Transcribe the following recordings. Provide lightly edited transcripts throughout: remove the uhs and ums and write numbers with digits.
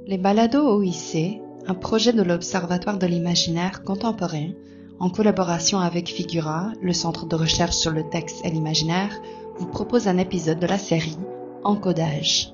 Les balados OIC, un projet de l'Observatoire de l'imaginaire contemporain, en collaboration avec Figura, le centre de recherche sur le texte et l'imaginaire, vous propose un épisode de la série Encodage.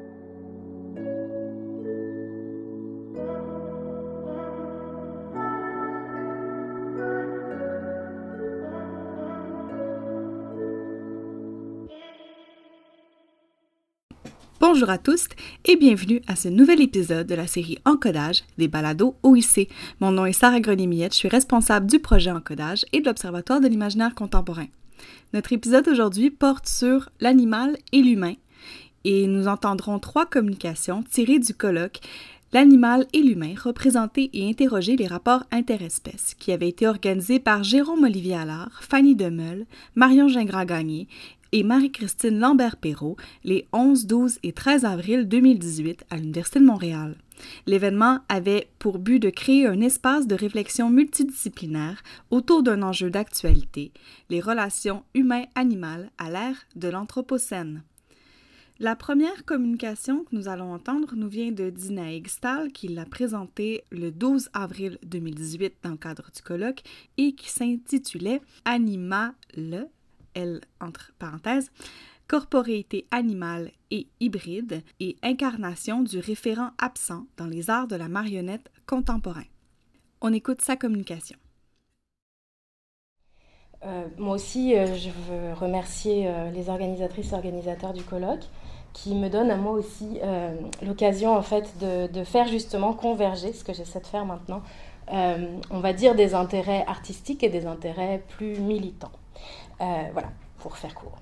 Bonjour à tous et bienvenue à ce nouvel épisode de la série Encodage des balados OIC. Mon nom est Sarah Grenier-Millette, je suis responsable du projet Encodage et de l'Observatoire de l'imaginaire contemporain. Notre épisode aujourd'hui porte sur l'animal et l'humain et nous entendrons 3 communications tirées du colloque L'animal et l'humain, représenter et interroger les rapports interespèces, qui avait été organisé par Jérôme Olivier Allard, Fanny Demeule, Marion Gingras-Gagné et Marie-Christine Lambert-Perrault les 11, 12 et 13 avril 2018 à l'Université de Montréal. L'événement avait pour but de créer un espace de réflexion multidisciplinaire autour d'un enjeu d'actualité, les relations humain-animal à l'ère de l'Anthropocène. La première communication que nous allons entendre nous vient de Dina Eggstall, qui l'a présentée le 12 avril 2018 dans le cadre du colloque et qui s'intitulait « Animal », L entre parenthèses, corporéité animale et hybride et incarnation du référent absent dans les arts de la marionnette contemporain. On écoute sa communication. Moi aussi, je veux remercier les organisatrices et organisateurs du colloque qui me donnent à moi aussi l'occasion en fait de faire justement converger, ce que j'essaie de faire maintenant, on va dire des intérêts artistiques et des intérêts plus militants. Voilà, pour faire court.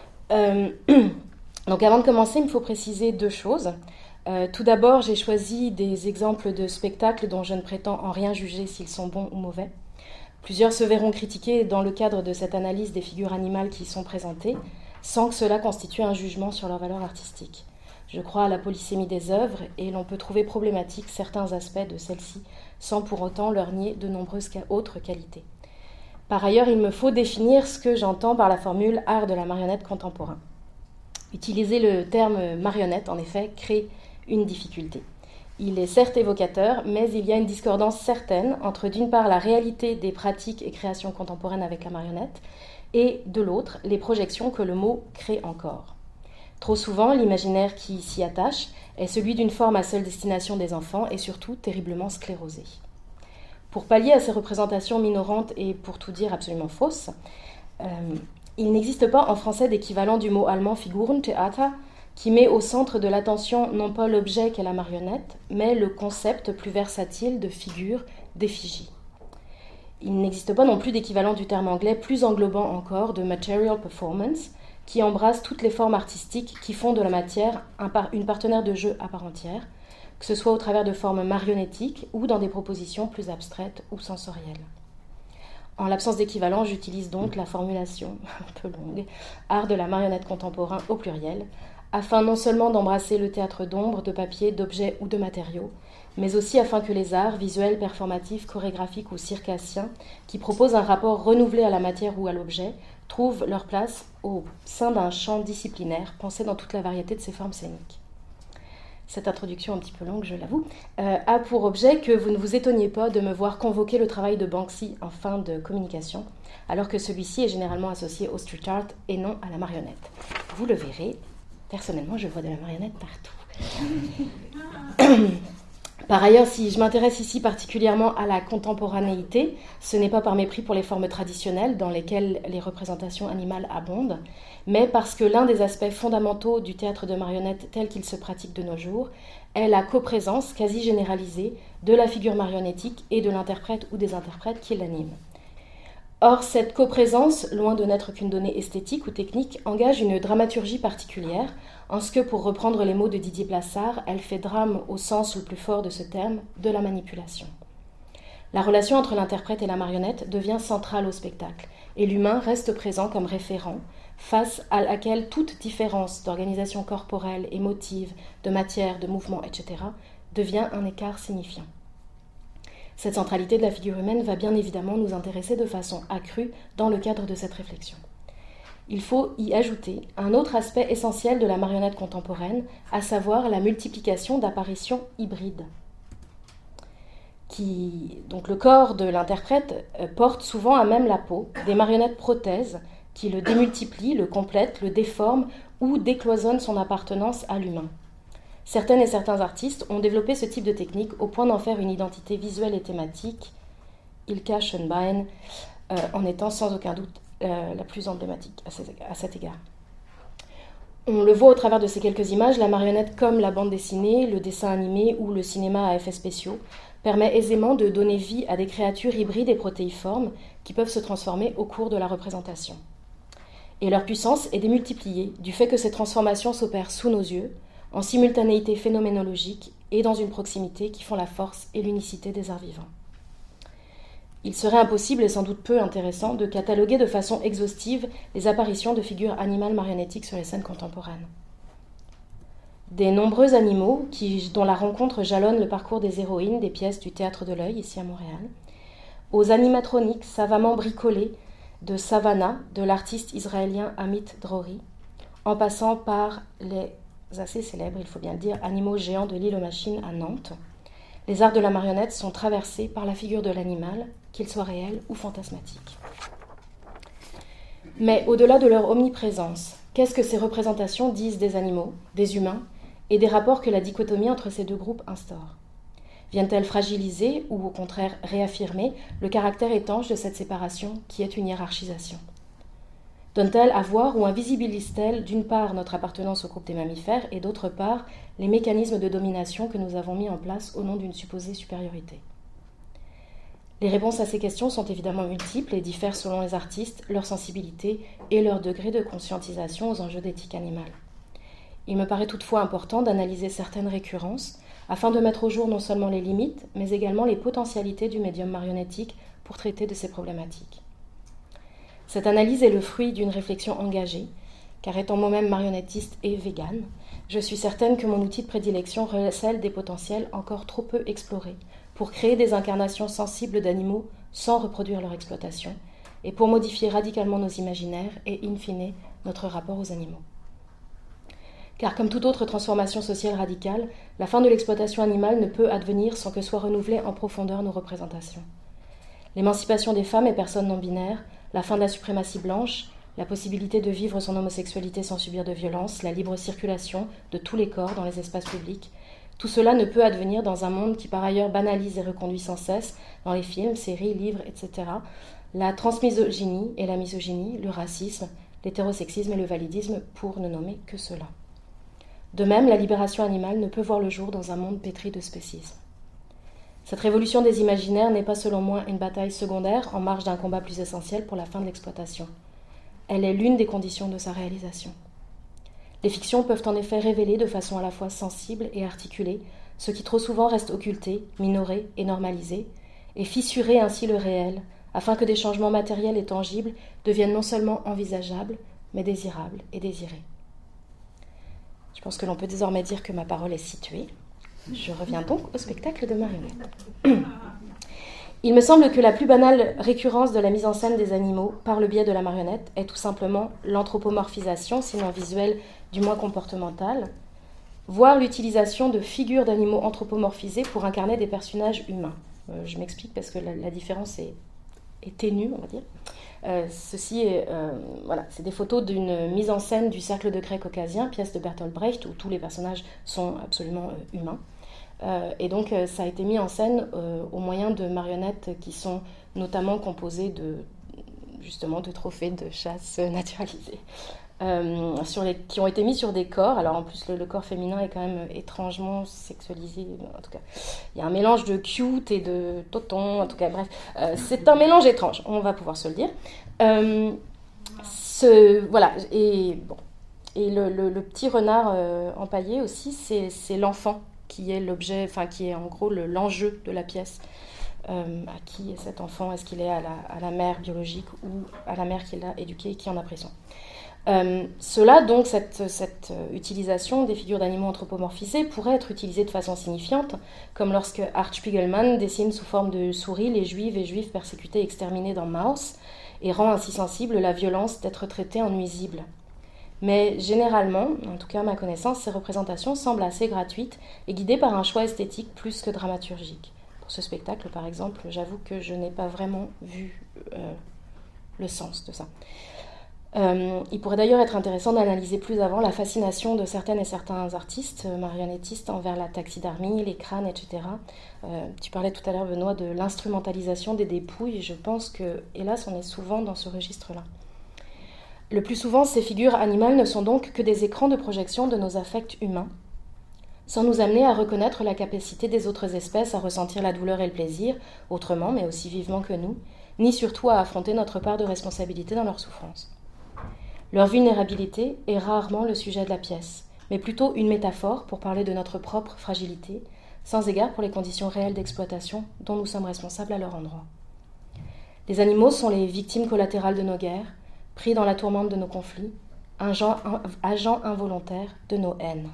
Donc avant de commencer, il me faut préciser 2 choses. Tout d'abord, j'ai choisi des exemples de spectacles dont je ne prétends en rien juger s'ils sont bons ou mauvais. Plusieurs se verront critiqués dans le cadre de cette analyse des figures animales qui y sont présentées, sans que cela constitue un jugement sur leur valeur artistique. Je crois à la polysémie des œuvres et l'on peut trouver problématiques certains aspects de celles-ci, sans pour autant leur nier de nombreuses autres qualités. Par ailleurs, il me faut définir ce que j'entends par la formule « art de la marionnette contemporain ». Utiliser le terme « marionnette », en effet, crée une difficulté. Il est certes évocateur, mais il y a une discordance certaine entre d'une part la réalité des pratiques et créations contemporaines avec la marionnette et de l'autre les projections que le mot crée encore. Trop souvent, l'imaginaire qui s'y attache est celui d'une forme à seule destination des enfants et surtout terriblement sclérosée. Pour pallier à ces représentations minorantes et pour tout dire absolument fausses, il n'existe pas en français d'équivalent du mot allemand Figurentheater qui met au centre de l'attention non pas l'objet qu'est la marionnette, mais le concept plus versatile de figure, d'effigie. Il n'existe pas non plus d'équivalent du terme anglais plus englobant encore de material performance, qui embrasse toutes les formes artistiques qui font de la matière une partenaire de jeu à part entière, que ce soit au travers de formes marionnettiques ou dans des propositions plus abstraites ou sensorielles. En l'absence d'équivalent, j'utilise donc la formulation, un peu longue, art de la marionnette contemporain au pluriel, afin non seulement d'embrasser le théâtre d'ombre, de papier, d'objets ou de matériaux, mais aussi afin que les arts, visuels, performatifs, chorégraphiques ou circassiens, qui proposent un rapport renouvelé à la matière ou à l'objet, trouvent leur place au sein d'un champ disciplinaire pensé dans toute la variété de ses formes scéniques. Cette introduction un petit peu longue, je l'avoue, a pour objet que vous ne vous étonniez pas de me voir convoquer le travail de Banksy en fin de communication, alors que celui-ci est généralement associé au street art et non à la marionnette. Vous le verrez, personnellement, je vois de la marionnette partout. Par ailleurs, si je m'intéresse ici particulièrement à la contemporanéité, ce n'est pas par mépris pour les formes traditionnelles dans lesquelles les représentations animales abondent, mais parce que l'un des aspects fondamentaux du théâtre de marionnettes tel qu'il se pratique de nos jours est la coprésence quasi généralisée de la figure marionnettique et de l'interprète ou des interprètes qui l'animent. Or, cette coprésence, loin de n'être qu'une donnée esthétique ou technique, engage une dramaturgie particulière, en ce que, pour reprendre les mots de Didier Plassard, elle fait drame au sens le plus fort de ce terme, de la manipulation. La relation entre l'interprète et la marionnette devient centrale au spectacle, et l'humain reste présent comme référent, face à laquelle toute différence d'organisation corporelle, émotive, de matière, de mouvement, etc., devient un écart signifiant. Cette centralité de la figure humaine va bien évidemment nous intéresser de façon accrue dans le cadre de cette réflexion. il faut y ajouter un autre aspect essentiel de la marionnette contemporaine, à savoir la multiplication d'apparitions hybrides. Donc le corps de l'interprète porte souvent à même la peau des marionnettes prothèses qui le démultiplient, le complètent, le déforment ou décloisonnent son appartenance à l'humain. Certaines et certains artistes ont développé ce type de technique au point d'en faire une identité visuelle et thématique, Ilka Schönbein en étant sans aucun doute la plus emblématique à cet égard. On le voit au travers de ces quelques images, la marionnette comme la bande dessinée, le dessin animé ou le cinéma à effets spéciaux permet aisément de donner vie à des créatures hybrides et protéiformes qui peuvent se transformer au cours de la représentation. Et leur puissance est démultipliée du fait que ces transformations s'opèrent sous nos yeux, en simultanéité phénoménologique et dans une proximité qui font la force et l'unicité des arts vivants. Il serait impossible et sans doute peu intéressant de cataloguer de façon exhaustive les apparitions de figures animales marionnettiques sur les scènes contemporaines. Des nombreux animaux dont la rencontre jalonne le parcours des héroïnes des pièces du Théâtre de l'Œil, ici à Montréal, aux animatroniques savamment bricolées de Savannah, de l'artiste israélien Amit Drori, en passant par les assez célèbres, il faut bien le dire, animaux géants de l'île aux Machines à Nantes. Les arts de la marionnette sont traversés par la figure de l'animal, qu'il soit réel ou fantasmatique. Mais au-delà de leur omniprésence, qu'est-ce que ces représentations disent des animaux, des humains, et des rapports que la dichotomie entre ces deux groupes instaure? Viennent-elles fragiliser ou au contraire réaffirmer le caractère étanche de cette séparation qui est une hiérarchisation? Donnent-elles à voir ou invisibilisent-elles d'une part notre appartenance au groupe des mammifères et d'autre part les mécanismes de domination que nous avons mis en place au nom d'une supposée supériorité? Les réponses à ces questions sont évidemment multiples et diffèrent selon les artistes, leur sensibilité et leur degré de conscientisation aux enjeux d'éthique animale. Il me paraît toutefois important d'analyser certaines récurrences afin de mettre au jour non seulement les limites, mais également les potentialités du médium marionnettique pour traiter de ces problématiques. Cette analyse est le fruit d'une réflexion engagée, car étant moi-même marionnettiste et végane, je suis certaine que mon outil de prédilection recèle des potentiels encore trop peu explorés pour créer des incarnations sensibles d'animaux sans reproduire leur exploitation, et pour modifier radicalement nos imaginaires et, in fine, notre rapport aux animaux. Car comme toute autre transformation sociale radicale, la fin de l'exploitation animale ne peut advenir sans que soient renouvelées en profondeur nos représentations. L'émancipation des femmes et personnes non binaires, la fin de la suprématie blanche, la possibilité de vivre son homosexualité sans subir de violence, la libre circulation de tous les corps dans les espaces publics, tout cela ne peut advenir dans un monde qui par ailleurs banalise et reconduit sans cesse, dans les films, séries, livres, etc., la transmisogynie et la misogynie, le racisme, l'hétérosexisme et le validisme, pour ne nommer que cela. De même, la libération animale ne peut voir le jour dans un monde pétri de spécisme. Cette révolution des imaginaires n'est pas selon moi une bataille secondaire en marge d'un combat plus essentiel pour la fin de l'exploitation. Elle est l'une des conditions de sa réalisation. Les fictions peuvent en effet révéler de façon à la fois sensible et articulée ce qui trop souvent reste occulté, minoré et normalisé, et fissurer ainsi le réel, afin que des changements matériels et tangibles deviennent non seulement envisageables, mais désirables et désirés. Je pense que l'on peut désormais dire que ma parole est située. Je reviens donc au spectacle de marionnettes. Il me semble que la plus banale récurrence de la mise en scène des animaux par le biais de la marionnette est tout simplement l'anthropomorphisation, sinon visuelle, du moins comportementale, voire l'utilisation de figures d'animaux anthropomorphisés pour incarner des personnages humains. Je m'explique parce que la différence est ténue, on va dire. C'est des photos d'une mise en scène du Cercle de Grès caucasien, pièce de Bertolt Brecht, où tous les personnages sont absolument humains. Et donc ça a été mis en scène au moyen de marionnettes qui sont notamment composées de trophées de chasse naturalisés, qui ont été mis sur des corps. Alors en plus le corps féminin est quand même étrangement sexualisé, en tout cas il y a un mélange de cute et de toton, en tout cas bref, c'est un mélange étrange, on va pouvoir se le dire. Et le petit renard empaillé aussi, c'est l'enfant qui est l'objet, enfin qui est en gros l'enjeu de la pièce. À qui est cet enfant? Est-ce qu'il est à la mère biologique ou à la mère qui l'a éduqué et qui en a pris soin? Cette utilisation des figures d'animaux anthropomorphisés pourrait être utilisée de façon signifiante, comme lorsque Art Spiegelman dessine sous forme de souris les juives et juifs persécutés et exterminés dans Maus, et rend ainsi sensible la violence d'être traité en nuisible. Mais généralement, en tout cas à ma connaissance, ces représentations semblent assez gratuites et guidées par un choix esthétique plus que dramaturgique. Pour ce spectacle, par exemple, j'avoue que je n'ai pas vraiment vu le sens de ça. Il pourrait d'ailleurs être intéressant d'analyser plus avant la fascination de certaines et certains artistes marionnettistes envers la taxidermie, les crânes, etc. Tu parlais tout à l'heure, Benoît, de l'instrumentalisation des dépouilles. Je pense que, hélas, on est souvent dans ce registre-là. Le plus souvent, ces figures animales ne sont donc que des écrans de projection de nos affects humains, sans nous amener à reconnaître la capacité des autres espèces à ressentir la douleur et le plaisir, autrement mais aussi vivement que nous, ni surtout à affronter notre part de responsabilité dans leur souffrance. Leur vulnérabilité est rarement le sujet de la pièce, mais plutôt une métaphore pour parler de notre propre fragilité, sans égard pour les conditions réelles d'exploitation dont nous sommes responsables à leur endroit. Les animaux sont les victimes collatérales de nos guerres, pris dans la tourmente de nos conflits, agents involontaires de nos haines.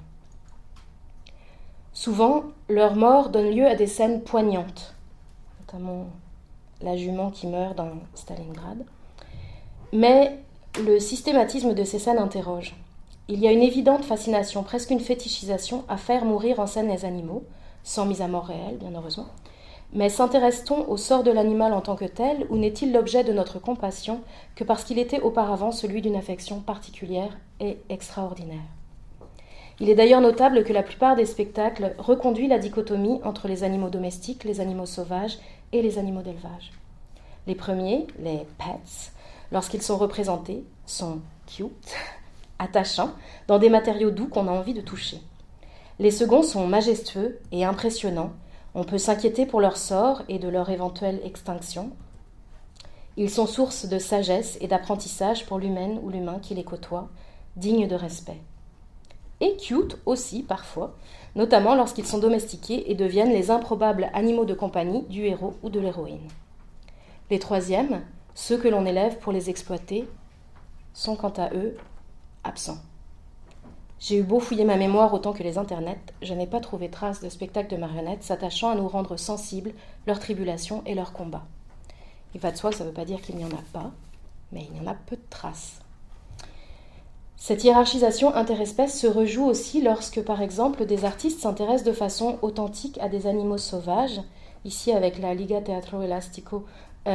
Souvent, leur mort donne lieu à des scènes poignantes, notamment la jument qui meurt dans Stalingrad, mais le systématisme de ces scènes interroge. Il y a une évidente fascination, presque une fétichisation, à faire mourir en scène les animaux, sans mise à mort réelle, bien heureusement. Mais s'intéresse-t-on au sort de l'animal en tant que tel, ou n'est-il l'objet de notre compassion que parce qu'il était auparavant celui d'une affection particulière et extraordinaire ? Il est d'ailleurs notable que la plupart des spectacles reconduisent la dichotomie entre les animaux domestiques, les animaux sauvages et les animaux d'élevage. Les premiers, les pets, lorsqu'ils sont représentés, sont cute, attachants, dans des matériaux doux qu'on a envie de toucher. Les seconds sont majestueux et impressionnants. On peut s'inquiéter pour leur sort et de leur éventuelle extinction. Ils sont source de sagesse et d'apprentissage pour l'humaine ou l'humain qui les côtoie, dignes de respect. Et cute aussi, parfois, notamment lorsqu'ils sont domestiqués et deviennent les improbables animaux de compagnie du héros ou de l'héroïne. Les troisièmes, ceux que l'on élève pour les exploiter, sont quant à eux absents. J'ai eu beau fouiller ma mémoire autant que les internets, je n'ai pas trouvé trace de spectacles de marionnettes s'attachant à nous rendre sensibles leurs tribulations et leurs combats. Il va de soi que ça ne veut pas dire qu'il n'y en a pas, mais il y en a peu de traces. Cette hiérarchisation interespèce se rejoue aussi lorsque, par exemple, des artistes s'intéressent de façon authentique à des animaux sauvages, ici avec la Liga Teatro Elastico,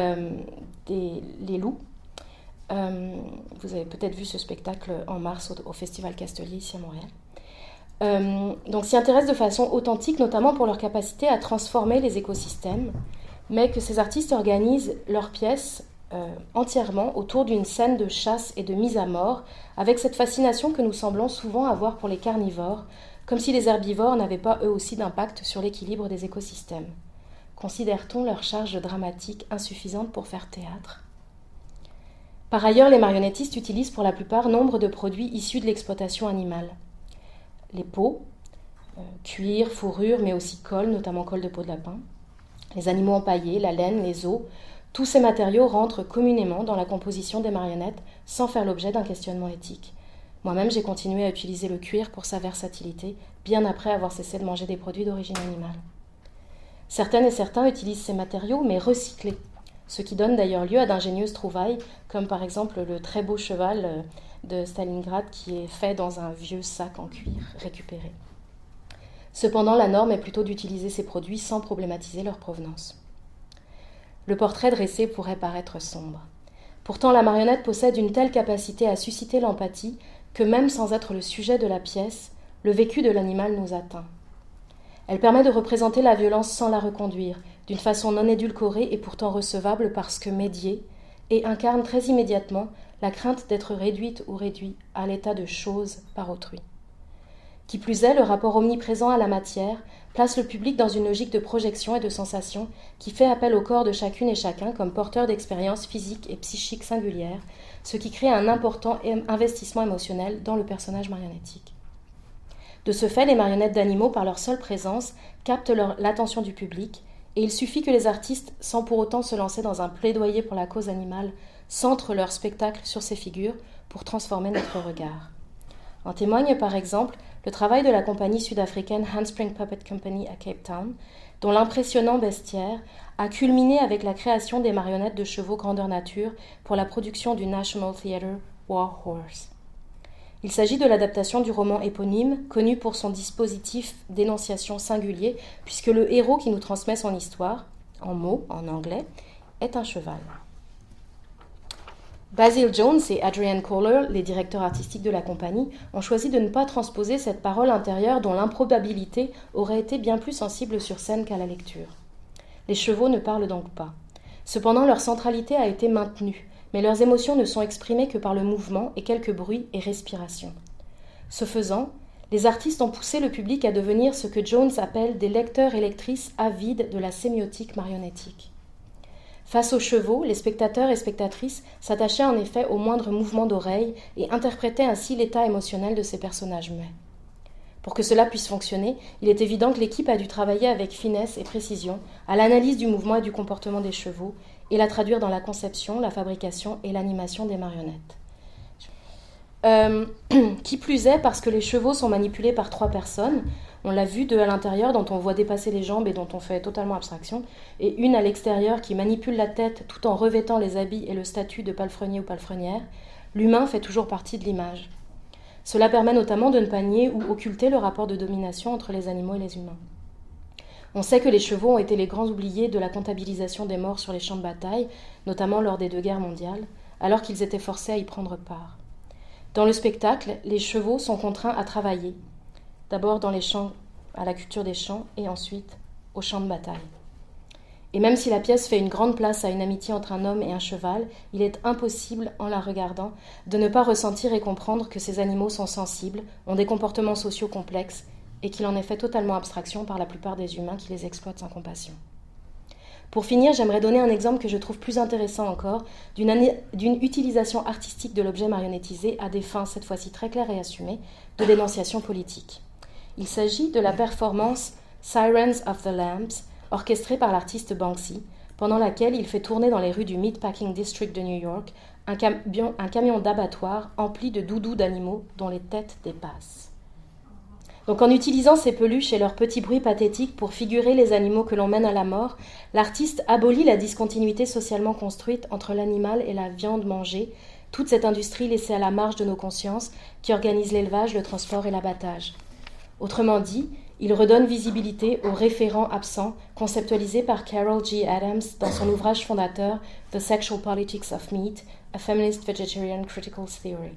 les loups. Vous avez peut-être vu ce spectacle en mars au Festival Castelier, ici à Montréal. Donc s'y intéressent de façon authentique, notamment pour leur capacité à transformer les écosystèmes, mais que ces artistes organisent leurs pièces entièrement autour d'une scène de chasse et de mise à mort, avec cette fascination que nous semblons souvent avoir pour les carnivores, comme si les herbivores n'avaient pas eux aussi d'impact sur l'équilibre des écosystèmes. Considère-t-on leur charge dramatique insuffisante pour faire théâtre ? Par ailleurs, les marionnettistes utilisent pour la plupart nombre de produits issus de l'exploitation animale. Les peaux, cuir, fourrure, mais aussi colle, notamment colle de peau de lapin, les animaux empaillés, la laine, les os, tous ces matériaux rentrent communément dans la composition des marionnettes sans faire l'objet d'un questionnement éthique. Moi-même, j'ai continué à utiliser le cuir pour sa versatilité, bien après avoir cessé de manger des produits d'origine animale. Certaines et certains utilisent ces matériaux, mais recyclés, ce qui donne d'ailleurs lieu à d'ingénieuses trouvailles, comme par exemple le très beau cheval de Stalingrad qui est fait dans un vieux sac en cuir récupéré. Cependant, la norme est plutôt d'utiliser ces produits sans problématiser leur provenance. Le portrait dressé pourrait paraître sombre. Pourtant, la marionnette possède une telle capacité à susciter l'empathie que même sans être le sujet de la pièce, le vécu de l'animal nous atteint. Elle permet de représenter la violence sans la reconduire, d'une façon non édulcorée et pourtant recevable parce que médiée, et incarne très immédiatement la crainte d'être réduite ou réduit à l'état de chose par autrui. Qui plus est, le rapport omniprésent à la matière place le public dans une logique de projection et de sensation qui fait appel au corps de chacune et chacun comme porteur d'expériences physiques et psychiques singulières, ce qui crée un important investissement émotionnel dans le personnage marionnettique. De ce fait, les marionnettes d'animaux, par leur seule présence, captent l'attention du public, et il suffit que les artistes, sans pour autant se lancer dans un plaidoyer pour la cause animale, centrent leur spectacle sur ces figures pour transformer notre regard. En témoigne par exemple le travail de la compagnie sud-africaine Handspring Puppet Company à Cape Town, dont l'impressionnant bestiaire a culminé avec la création des marionnettes de chevaux grandeur nature pour la production du National Theatre War Horse. Il s'agit de l'adaptation du roman éponyme, connu pour son dispositif d'énonciation singulier, puisque le héros qui nous transmet son histoire, en mots, en anglais, est un cheval. Basil Jones et Adrian Kohler, les directeurs artistiques de la compagnie, ont choisi de ne pas transposer cette parole intérieure dont l'improbabilité aurait été bien plus sensible sur scène qu'à la lecture. Les chevaux ne parlent donc pas. Cependant, leur centralité a été maintenue, mais leurs émotions ne sont exprimées que par le mouvement et quelques bruits et respirations. Ce faisant, les artistes ont poussé le public à devenir ce que Jones appelle des lecteurs et lectrices avides de la sémiotique marionnettique. Face aux chevaux, les spectateurs et spectatrices s'attachaient en effet au moindre mouvement d'oreille et interprétaient ainsi l'état émotionnel de ces personnages muets. Pour que cela puisse fonctionner, il est évident que l'équipe a dû travailler avec finesse et précision à l'analyse du mouvement et du comportement des chevaux et la traduire dans la conception, la fabrication et l'animation des marionnettes. Qui plus est, parce que les chevaux sont manipulés par 3 personnes, on l'a vu, 2 à l'intérieur dont on voit dépasser les jambes et dont on fait totalement abstraction, et une à l'extérieur qui manipule la tête tout en revêtant les habits et le statut de palefrenier ou palefrenière, l'humain fait toujours partie de l'image. Cela permet notamment de ne pas nier ou occulter le rapport de domination entre les animaux et les humains. On sait que les chevaux ont été les grands oubliés de la comptabilisation des morts sur les champs de bataille, notamment lors des 2 guerres mondiales, alors qu'ils étaient forcés à y prendre part. Dans le spectacle, les chevaux sont contraints à travailler, d'abord dans les champs, à la culture des champs, et ensuite au champ de bataille. Et même si la pièce fait une grande place à une amitié entre un homme et un cheval, il est impossible, en la regardant, de ne pas ressentir et comprendre que ces animaux sont sensibles, ont des comportements sociaux complexes, et qu'il en est fait totalement abstraction par la plupart des humains qui les exploitent sans compassion. Pour finir, j'aimerais donner un exemple que je trouve plus intéressant encore d'une utilisation artistique de l'objet marionnettisé à des fins, cette fois-ci très claires et assumées, de dénonciation politique. Il s'agit de la performance Sirens of the Lamps, orchestrée par l'artiste Banksy, pendant laquelle il fait tourner dans les rues du Meatpacking District de New York un camion d'abattoir empli de doudous d'animaux dont les têtes dépassent. Donc en utilisant ces peluches et leurs petits bruits pathétiques pour figurer les animaux que l'on mène à la mort, l'artiste abolit la discontinuité socialement construite entre l'animal et la viande mangée, toute cette industrie laissée à la marge de nos consciences qui organise l'élevage, le transport et l'abattage. Autrement dit, il redonne visibilité aux référents absents conceptualisés par Carol G. Adams dans son ouvrage fondateur The Sexual Politics of Meat, A Feminist Vegetarian Critical Theory.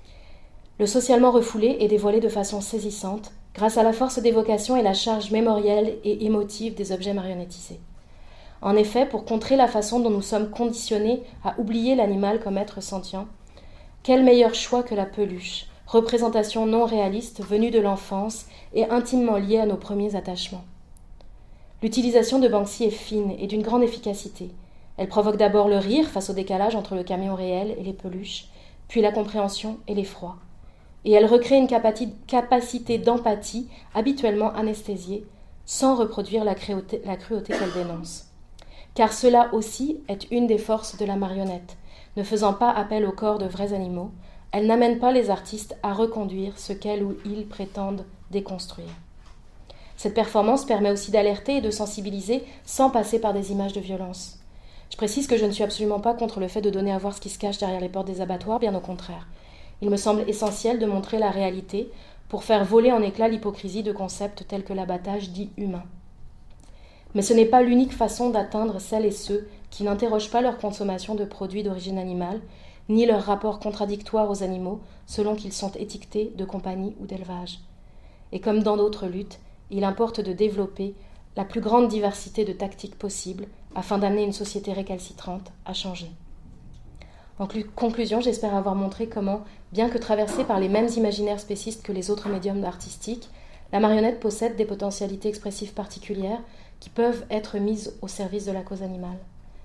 Le socialement refoulé est dévoilé de façon saisissante grâce à la force d'évocation et la charge mémorielle et émotive des objets marionnettisés. En effet, pour contrer la façon dont nous sommes conditionnés à oublier l'animal comme être sentient, quel meilleur choix que la peluche, représentation non réaliste venue de l'enfance et intimement liée à nos premiers attachements. L'utilisation de Banksy est fine et d'une grande efficacité. Elle provoque d'abord le rire face au décalage entre le camion réel et les peluches, puis la compréhension et l'effroi. Et elle recrée une capacité d'empathie habituellement anesthésiée, sans reproduire la cruauté qu'elle dénonce. Car cela aussi est une des forces de la marionnette. Ne faisant pas appel au corps de vrais animaux, elle n'amène pas les artistes à reconduire ce qu'elles ou ils prétendent déconstruire. Cette performance permet aussi d'alerter et de sensibiliser sans passer par des images de violence. Je précise que je ne suis absolument pas contre le fait de donner à voir ce qui se cache derrière les portes des abattoirs, bien au contraire. Il me semble essentiel de montrer la réalité pour faire voler en éclats l'hypocrisie de concepts tels que l'abattage dit humain. Mais ce n'est pas l'unique façon d'atteindre celles et ceux qui n'interrogent pas leur consommation de produits d'origine animale, ni leur rapport contradictoire aux animaux selon qu'ils sont étiquetés de compagnie ou d'élevage. Et comme dans d'autres luttes, il importe de développer la plus grande diversité de tactiques possibles afin d'amener une société récalcitrante à changer. En conclusion, j'espère avoir montré comment, bien que traversée par les mêmes imaginaires spécistes que les autres médiums artistiques, la marionnette possède des potentialités expressives particulières qui peuvent être mises au service de la cause animale.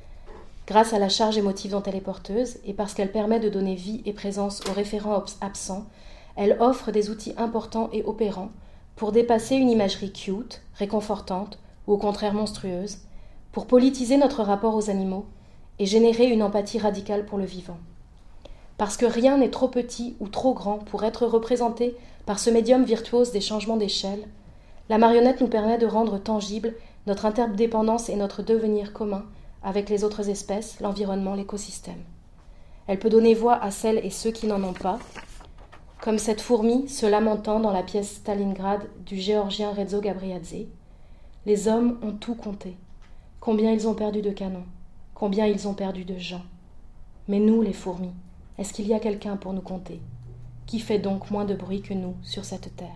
Grâce à la charge émotive dont elle est porteuse, et parce qu'elle permet de donner vie et présence aux référents absents, elle offre des outils importants et opérants pour dépasser une imagerie cute, réconfortante, ou au contraire monstrueuse, pour politiser notre rapport aux animaux et générer une empathie radicale pour le vivant. Parce que rien n'est trop petit ou trop grand pour être représenté par ce médium virtuose des changements d'échelle, la marionnette nous permet de rendre tangible notre interdépendance et notre devenir commun avec les autres espèces, l'environnement, l'écosystème. Elle peut donner voix à celles et ceux qui n'en ont pas, comme cette fourmi se lamentant dans la pièce Stalingrad du géorgien Rezo Gabriadze. Les hommes ont tout compté. Combien ils ont perdu de canons, combien ils ont perdu de gens. Mais nous, les fourmis, est-ce qu'il y a quelqu'un pour nous compter? Qui fait donc moins de bruit que nous sur cette terre?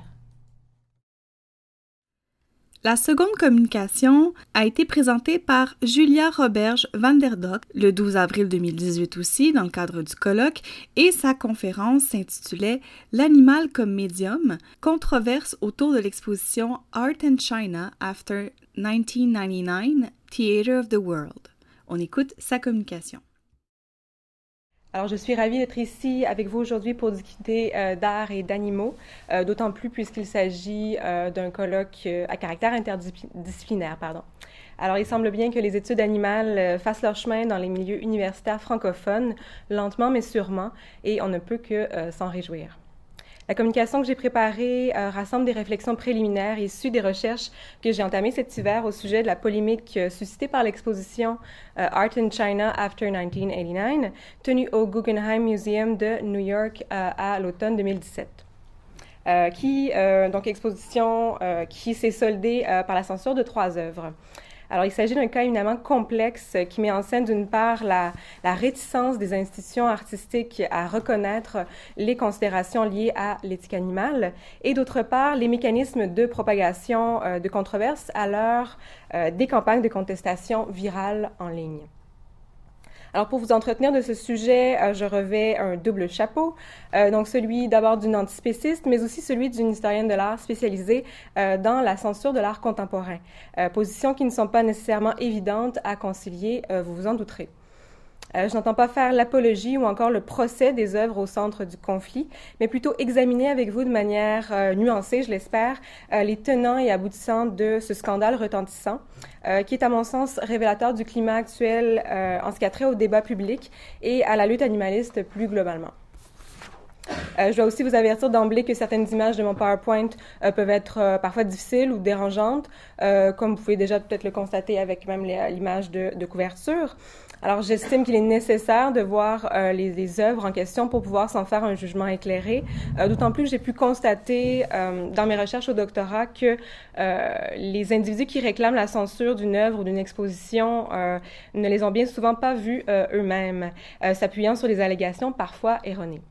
La seconde communication a été présentée par Julia Roberge van der Dock le 12 avril 2018 aussi, dans le cadre du colloque, et sa conférence s'intitulait « L'animal comme médium, controverse autour de l'exposition Art and China After 1999, Theatre of the World ». On écoute sa communication. Alors, je suis ravie d'être ici avec vous aujourd'hui pour discuter d'art et d'animaux, d'autant plus puisqu'il s'agit d'un colloque à caractère interdisciplinaire. Alors, il semble bien que les études animales fassent leur chemin dans les milieux universitaires francophones, lentement mais sûrement, et on ne peut que s'en réjouir. La communication que j'ai préparée rassemble des réflexions préliminaires issues des recherches que j'ai entamées cet hiver au sujet de la polémique suscitée par l'exposition Art in China After 1989, tenue au Guggenheim Museum de New York à l'automne 2017. Exposition qui s'est soldée par la censure de 3 œuvres. Alors, il s'agit d'un cas éminemment complexe qui met en scène, d'une part, la réticence des institutions artistiques à reconnaître les considérations liées à l'éthique animale et, d'autre part, les mécanismes de propagation de controverses à l'heure des campagnes de contestation virales en ligne. Alors, pour vous entretenir de ce sujet, je revais un double chapeau, donc celui d'abord d'une antispéciste, mais aussi celui d'une historienne de l'art spécialisée dans la censure de l'art contemporain, positions qui ne sont pas nécessairement évidentes à concilier, vous vous en douterez. Je n'entends pas faire l'apologie ou encore le procès des œuvres au centre du conflit, mais plutôt examiner avec vous de manière nuancée, je l'espère, les tenants et aboutissants de ce scandale retentissant, qui est à mon sens révélateur du climat actuel en ce qui a trait au débat public et à la lutte animaliste plus globalement. Je dois aussi vous avertir d'emblée que certaines images de mon PowerPoint peuvent être parfois difficiles ou dérangeantes, comme vous pouvez déjà peut-être le constater avec même l'image de couverture. Alors, j'estime qu'il est nécessaire de voir les œuvres en question pour pouvoir s'en faire un jugement éclairé, d'autant plus que j'ai pu constater dans mes recherches au doctorat que les individus qui réclament la censure d'une œuvre ou d'une exposition ne les ont bien souvent pas vues eux-mêmes, s'appuyant sur des allégations parfois erronées.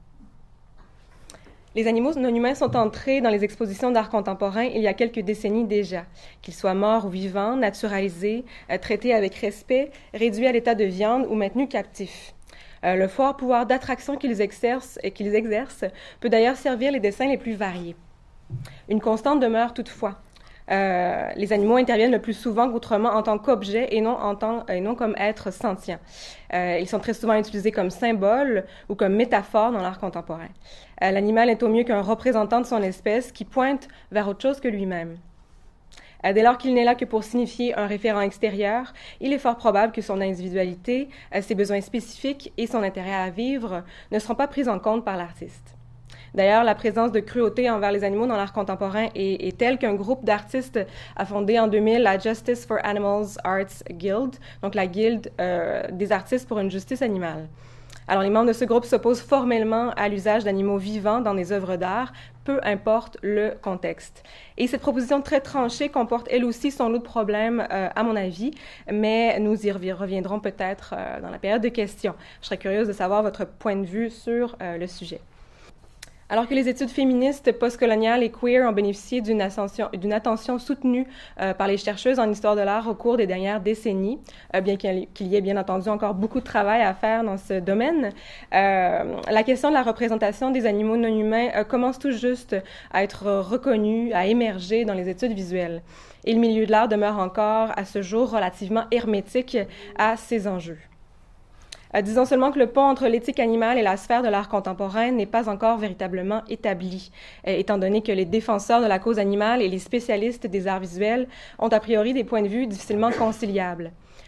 Les animaux non humains sont entrés dans les expositions d'art contemporain il y a quelques décennies déjà, qu'ils soient morts ou vivants, naturalisés, traités avec respect, réduits à l'état de viande ou maintenus captifs. Le fort pouvoir d'attraction qu'ils exercent peut d'ailleurs servir les dessins les plus variés. Une constante demeure toutefois. Les animaux interviennent le plus souvent qu'autrement en tant qu'objet et non comme êtres sentients. Ils sont très souvent utilisés comme symbole ou comme métaphore dans l'art contemporain. L'animal est au mieux qu'un représentant de son espèce qui pointe vers autre chose que lui-même. Dès lors qu'il n'est là que pour signifier un référent extérieur, il est fort probable que son individualité, ses besoins spécifiques et son intérêt à vivre ne seront pas pris en compte par l'artiste. D'ailleurs, la présence de cruauté envers les animaux dans l'art contemporain est telle qu'un groupe d'artistes a fondé en 2000 la Justice for Animals Arts Guild, donc la guilde des artistes pour une justice animale. Alors, les membres de ce groupe s'opposent formellement à l'usage d'animaux vivants dans des œuvres d'art, peu importe le contexte. Et cette proposition très tranchée comporte elle aussi son lot de problèmes, à mon avis, mais nous y reviendrons peut-être dans la période de questions. Je serais curieuse de savoir votre point de vue sur le sujet. Alors que les études féministes, postcoloniales et queer ont bénéficié d'une attention soutenue par les chercheuses en histoire de l'art au cours des dernières décennies, bien qu'il y ait bien entendu encore beaucoup de travail à faire dans ce domaine, la question de la représentation des animaux non humains commence tout juste à être reconnue, à émerger dans les études visuelles. Et le milieu de l'art demeure encore, à ce jour, relativement hermétique à ces enjeux. Disons seulement que le pont entre l'éthique animale et la sphère de l'art contemporain n'est pas encore véritablement établi, étant donné que les défenseurs de la cause animale et les spécialistes des arts visuels ont a priori des points de vue difficilement conciliables.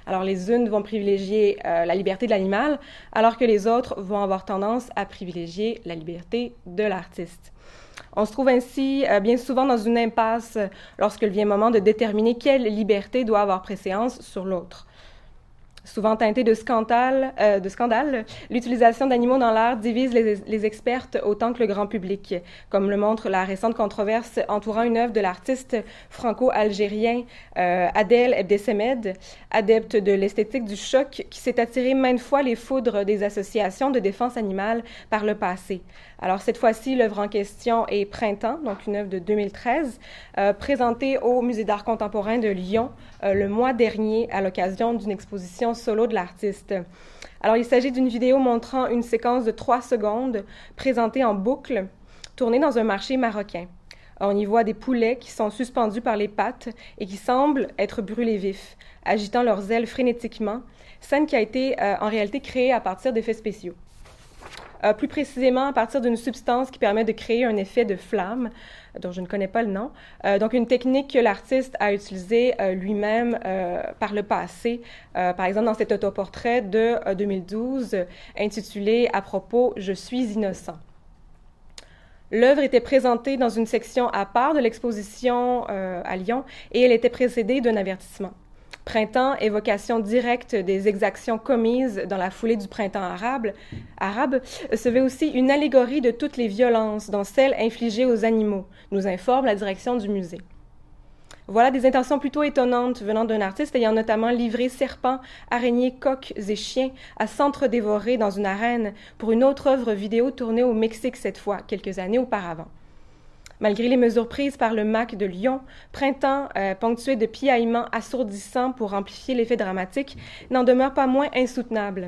Alors, les unes vont privilégier la liberté de l'animal, alors que les autres vont avoir tendance à privilégier la liberté de l'artiste. On se trouve ainsi bien souvent dans une impasse lorsqu'il vient le moment de déterminer quelle liberté doit avoir préséance sur l'autre. Souvent teintée de scandale, l'utilisation d'animaux dans l'art divise les expertes autant que le grand public, comme le montre la récente controverse entourant une œuvre de l'artiste franco-algérien Adel Ebdesemed, adepte de l'esthétique du choc, qui s'est attiré maintes fois les foudres des associations de défense animale par le passé. Alors cette fois-ci, l'œuvre en question est Printemps, donc une œuvre de 2013, présentée au Musée d'art contemporain de Lyon le mois dernier à l'occasion d'une exposition solo de l'artiste. Alors il s'agit d'une vidéo montrant une séquence de 3 secondes présentée en boucle, tournée dans un marché marocain. On y voit des poulets qui sont suspendus par les pattes et qui semblent être brûlés vifs, agitant leurs ailes frénétiquement, scène qui a été en réalité créée à partir d'effets spéciaux. Plus précisément à partir d'une substance qui permet de créer un effet de flamme, dont je ne connais pas le nom. Donc, une technique que l'artiste a utilisée lui-même par le passé, par exemple dans cet autoportrait de 2012 intitulé « À propos, je suis innocent ». L'œuvre était présentée dans une section à part de l'exposition à Lyon et elle était précédée d'un avertissement. Printemps, évocation directe des exactions commises dans la foulée du printemps arabe, se veut aussi une allégorie de toutes les violences, dont celles infligées aux animaux, nous informe la direction du musée. Voilà des intentions plutôt étonnantes venant d'un artiste ayant notamment livré serpents, araignées, coqs et chiens à s'entre-dévorer dans une arène pour une autre œuvre vidéo tournée au Mexique cette fois, quelques années auparavant. Malgré les mesures prises par le MAC de Lyon, Printemps, ponctué de piaillements assourdissants pour amplifier l'effet dramatique, n'en demeure pas moins insoutenable.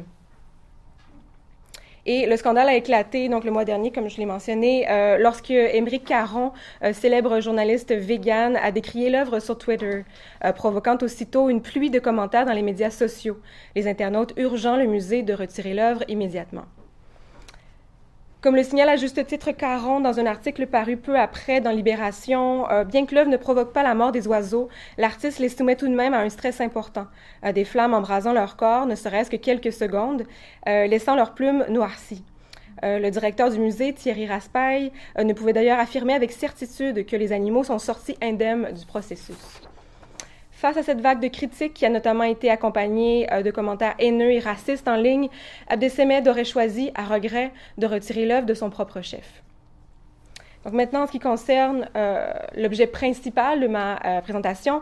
Et le scandale a éclaté donc le mois dernier, comme je l'ai mentionné, lorsque Émeric Caron, célèbre journaliste vegan, a décrié l'œuvre sur Twitter, provoquant aussitôt une pluie de commentaires dans les médias sociaux, les internautes urgeant le musée de retirer l'œuvre immédiatement. Comme le signale à juste titre Caron dans un article paru peu après dans Libération, bien que l'œuvre ne provoque pas la mort des oiseaux, l'artiste les soumet tout de même à un stress important, des flammes embrasant leur corps, ne serait-ce que quelques secondes, laissant leurs plumes noircies. Le directeur du musée, Thierry Raspail, ne pouvait d'ailleurs affirmer avec certitude que les animaux sont sortis indemnes du processus. Face à cette vague de critiques qui a notamment été accompagnée de commentaires haineux et racistes en ligne, Ebdesemed aurait choisi, à regret, de retirer l'œuvre de son propre chef. Donc maintenant, en ce qui concerne l'objet principal de ma présentation,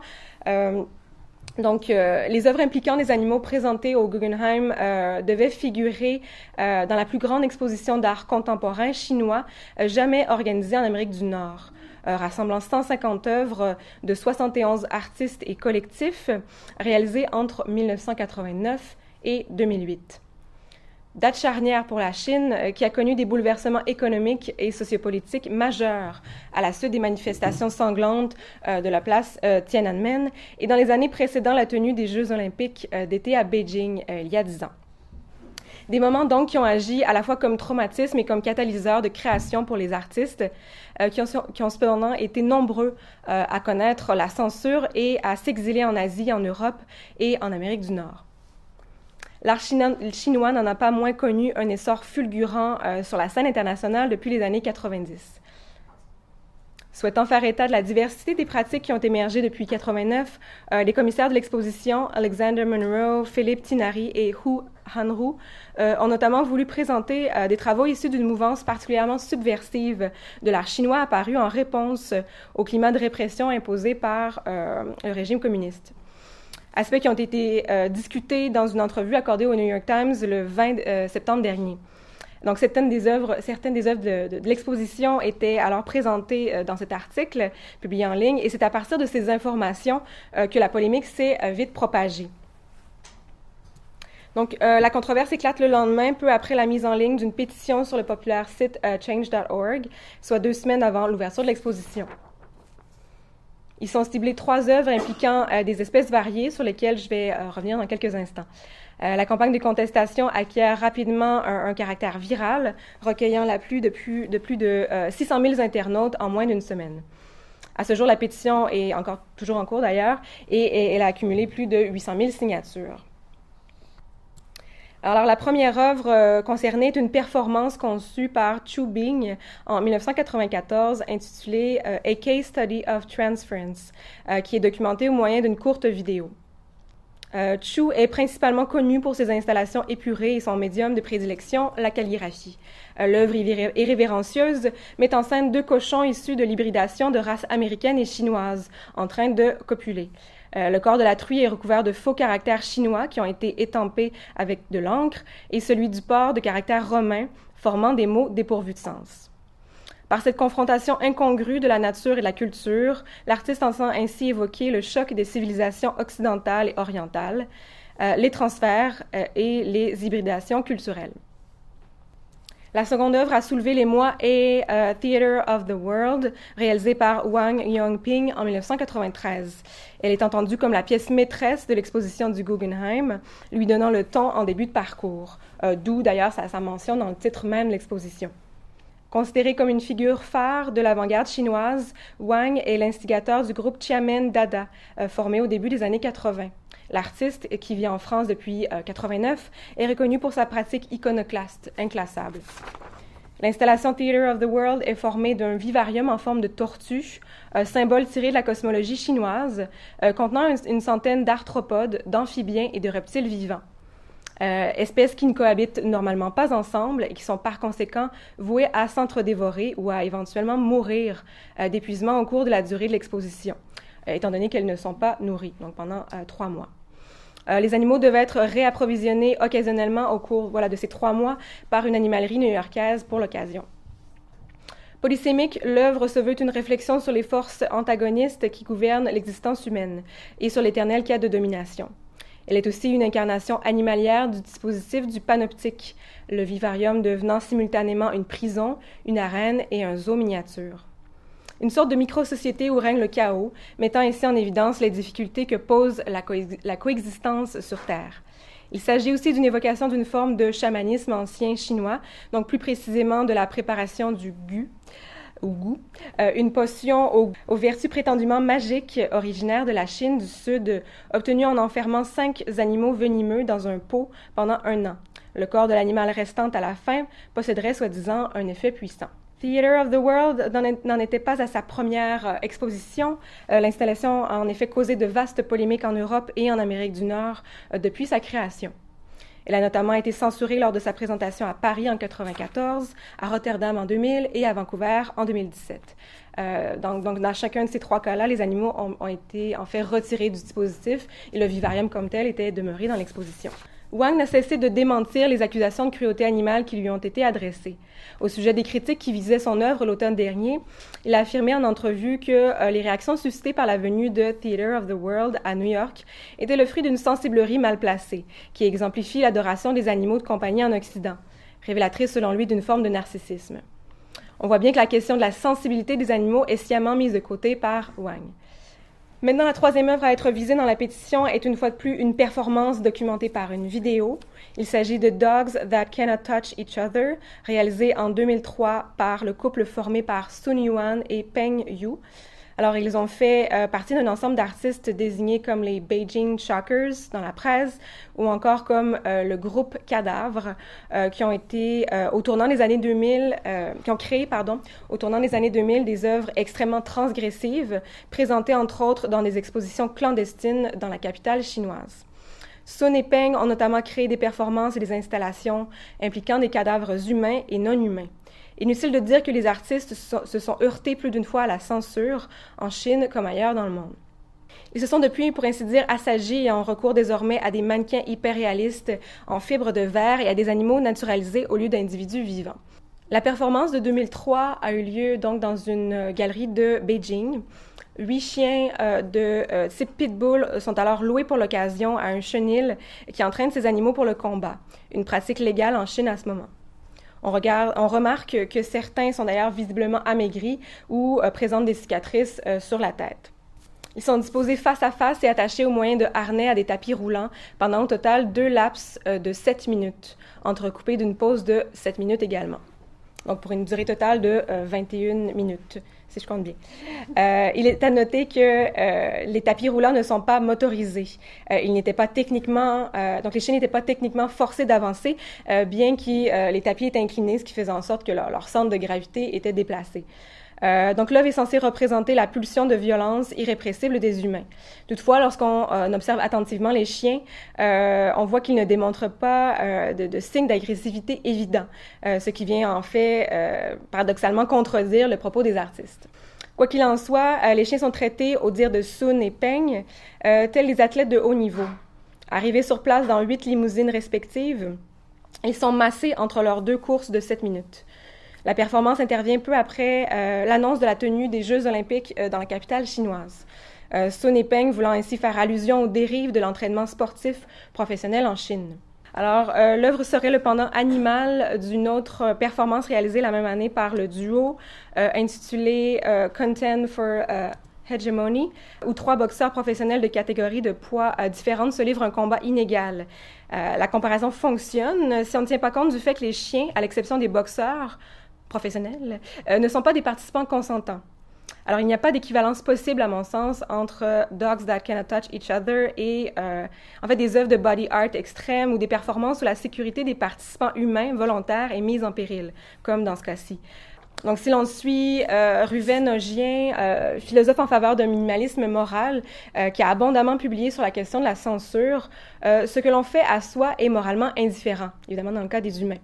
les œuvres impliquant des animaux présentées au Guggenheim devaient figurer dans la plus grande exposition d'art contemporain chinois jamais organisée en Amérique du Nord. Rassemblant 150 œuvres de 71 artistes et collectifs réalisées entre 1989 et 2008. Date charnière pour la Chine, qui a connu des bouleversements économiques et sociopolitiques majeurs à la suite des manifestations sanglantes de la place Tiananmen et dans les années précédant la tenue des Jeux olympiques d'été à Beijing il y a 10 ans. Des moments donc qui ont agi à la fois comme traumatisme et comme catalyseur de création pour les artistes, qui ont cependant été nombreux à connaître la censure et à s'exiler en Asie, en Europe et en Amérique du Nord. L'art chinois n'en a pas moins connu un essor fulgurant sur la scène internationale depuis les années 90. Souhaitant faire état de la diversité des pratiques qui ont émergé depuis 1989, les commissaires de l'exposition, Alexander Monroe, Philippe Tinari et Hu Hanru, ont notamment voulu présenter des travaux issus d'une mouvance particulièrement subversive de l'art chinois apparu en réponse au climat de répression imposé par le régime communiste. Aspects qui ont été discutés dans une entrevue accordée au New York Times le 20 septembre dernier. Donc, certaines des œuvres de l'exposition étaient alors présentées dans cet article publié en ligne, et c'est à partir de ces informations que la polémique s'est vite propagée. Donc, la controverse éclate le lendemain, peu après la mise en ligne d'une pétition sur le populaire site change.org, soit 2 semaines avant l'ouverture de l'exposition. Ils sont ciblés 3 œuvres impliquant des espèces variées sur lesquelles je vais revenir dans quelques instants. La campagne de contestation acquiert rapidement un caractère viral, recueillant l'appui de plus de 600 000 internautes en moins d'une semaine. À ce jour, la pétition est toujours en cours d'ailleurs, et elle a accumulé plus de 800 000 signatures. Alors, la première œuvre concernée est une performance conçue par Chu Bing en 1994 intitulée A Case Study of Transference, qui est documentée au moyen d'une courte vidéo. Chu est principalement connu pour ses installations épurées et son médium de prédilection, la calligraphie. L'œuvre irrévérencieuse met en scène 2 cochons issus de l'hybridation de races américaines et chinoises en train de copuler. Le corps de la truie est recouvert de faux caractères chinois qui ont été étampés avec de l'encre et celui du porc de caractères romains formant des mots dépourvus de sens. Par cette confrontation incongrue de la nature et de la culture, l'artiste entend ainsi évoquer le choc des civilisations occidentales et orientales, les transferts et les hybridations culturelles. La seconde œuvre a soulevé l'émoi est Theater of the World, réalisée par Wang Yongping en 1993. Elle est entendue comme la pièce maîtresse de l'exposition du Guggenheim, lui donnant le ton en début de parcours, d'où d'ailleurs sa mention dans le titre même de l'exposition. Considéré comme une figure phare de l'avant-garde chinoise, Wang est l'instigateur du groupe Xiamen Dada, formé au début des années 80. L'artiste, qui vit en France depuis 89, est reconnu pour sa pratique iconoclaste, inclassable. L'installation Theater of the World est formée d'un vivarium en forme de tortue, symbole tiré de la cosmologie chinoise, contenant une centaine d'arthropodes, d'amphibiens et de reptiles vivants. Espèces qui ne cohabitent normalement pas ensemble et qui sont par conséquent vouées à s'entre-dévorer ou à éventuellement mourir d'épuisement au cours de la durée de l'exposition, étant donné qu'elles ne sont pas nourries, donc pendant 3 mois. Les animaux devaient être réapprovisionnés occasionnellement au cours de ces 3 mois par une animalerie new-yorkaise pour l'occasion. Polysémique, l'œuvre se veut une réflexion sur les forces antagonistes qui gouvernent l'existence humaine et sur l'éternelle quête de domination. Elle est aussi une incarnation animalière du dispositif du panoptique, le vivarium devenant simultanément une prison, une arène et un zoo miniature. Une sorte de micro-société où règne le chaos, mettant ainsi en évidence les difficultés que pose la coexistence sur Terre. Il s'agit aussi d'une évocation d'une forme de chamanisme ancien chinois, donc plus précisément de la préparation du gu, ou gu, une potion aux vertus prétendument magiques originaire de la Chine du Sud, obtenue en enfermant 5 animaux venimeux dans un pot pendant 1 an. Le corps de l'animal restant à la fin posséderait soi-disant un effet puissant. Theater of the World n'en était pas à sa première exposition. L'installation a en effet causé de vastes polémiques en Europe et en Amérique du Nord depuis sa création. Elle a notamment été censurée lors de sa présentation à Paris en 1994, à Rotterdam en 2000 et à Vancouver en 2017. Donc, dans chacun de ces 3 cas-là, les animaux ont été en fait retirés du dispositif et le vivarium comme tel était demeuré dans l'exposition. Wang n'a cessé de démentir les accusations de cruauté animale qui lui ont été adressées. Au sujet des critiques qui visaient son œuvre l'automne dernier, il a affirmé en entrevue que les réactions suscitées par la venue de Theater of the World à New York étaient le fruit d'une sensiblerie mal placée, qui exemplifie l'adoration des animaux de compagnie en Occident, révélatrice selon lui d'une forme de narcissisme. On voit bien que la question de la sensibilité des animaux est sciemment mise de côté par Wang. Maintenant, la 3e œuvre à être visée dans la pétition est une fois de plus une performance documentée par une vidéo. Il s'agit de Dogs That Cannot Touch Each Other, réalisée en 2003 par le couple formé par Sun Yuan et Peng Yu. Alors, ils ont fait partie d'un ensemble d'artistes désignés comme les Beijing Shockers dans la presse ou encore comme le groupe Cadavre qui ont été au tournant des années 2000, qui ont créé, au tournant des années 2000 des œuvres extrêmement transgressives présentées entre autres dans des expositions clandestines dans la capitale chinoise. Sun et Peng ont notamment créé des performances et des installations impliquant des cadavres humains et non humains. Inutile de dire que les artistes se sont heurtés plus d'une fois à la censure, en Chine comme ailleurs dans le monde. Ils se sont depuis, pour ainsi dire, assagis et ont recours désormais à des mannequins hyper-réalistes en fibres de verre et à des animaux naturalisés au lieu d'individus vivants. La performance de 2003 a eu lieu donc dans une galerie de Beijing. 8 chiens de type pitbull sont alors loués pour l'occasion à un chenil qui entraîne ces animaux pour le combat, une pratique légale en Chine à ce moment. On remarque que certains sont d'ailleurs visiblement amaigris ou présentent des cicatrices sur la tête. Ils sont disposés face à face et attachés au moyen de harnais à des tapis roulants pendant au total 2 laps de 7 minutes, entrecoupés d'une pause de 7 minutes également. donc pour une durée totale de 21 minutes, si je compte bien. Il est à noter que les tapis roulants ne sont pas motorisés. Ils n'étaient pas techniquement, donc les chiens n'étaient pas techniquement forcés d'avancer, bien que les tapis étaient inclinés, ce qui faisait en sorte que leur centre de gravité était déplacé. Donc l'œuvre est censée représenter la pulsion de violence irrépressible des humains. Toutefois, lorsqu'on observe attentivement les chiens, on voit qu'ils ne démontrent pas de signes d'agressivité évidents, ce qui vient en fait paradoxalement contredire le propos des artistes. Quoi qu'il en soit, les chiens sont traités, au dire de Sun et Peng, tels les athlètes de haut niveau. Arrivés sur place dans 8 limousines respectives, ils sont massés entre leurs 2 courses de 7 minutes. La performance intervient peu après l'annonce de la tenue des Jeux olympiques dans la capitale chinoise. Sun et Peng voulant ainsi faire allusion aux dérives de l'entraînement sportif professionnel en Chine. Alors, l'œuvre serait le pendant animal d'une autre performance réalisée la même année par le duo intitulé Contend for Hegemony, où 3 boxeurs professionnels de catégories de poids différentes se livrent un combat inégal. La comparaison fonctionne si on ne tient pas compte du fait que les chiens, à l'exception des boxeurs professionnels, ne sont pas des participants consentants. Alors, il n'y a pas d'équivalence possible, à mon sens, entre Dogs That Cannot Touch Each Other et, en fait, des œuvres de body art extrêmes ou des performances où la sécurité des participants humains volontaires est mise en péril, comme dans ce cas-ci. Donc, si l'on suit Ruven Ogien, philosophe en faveur d'un minimalisme moral, qui a abondamment publié sur la question de la censure, ce que l'on fait à soi est moralement indifférent, évidemment dans le cas des humains.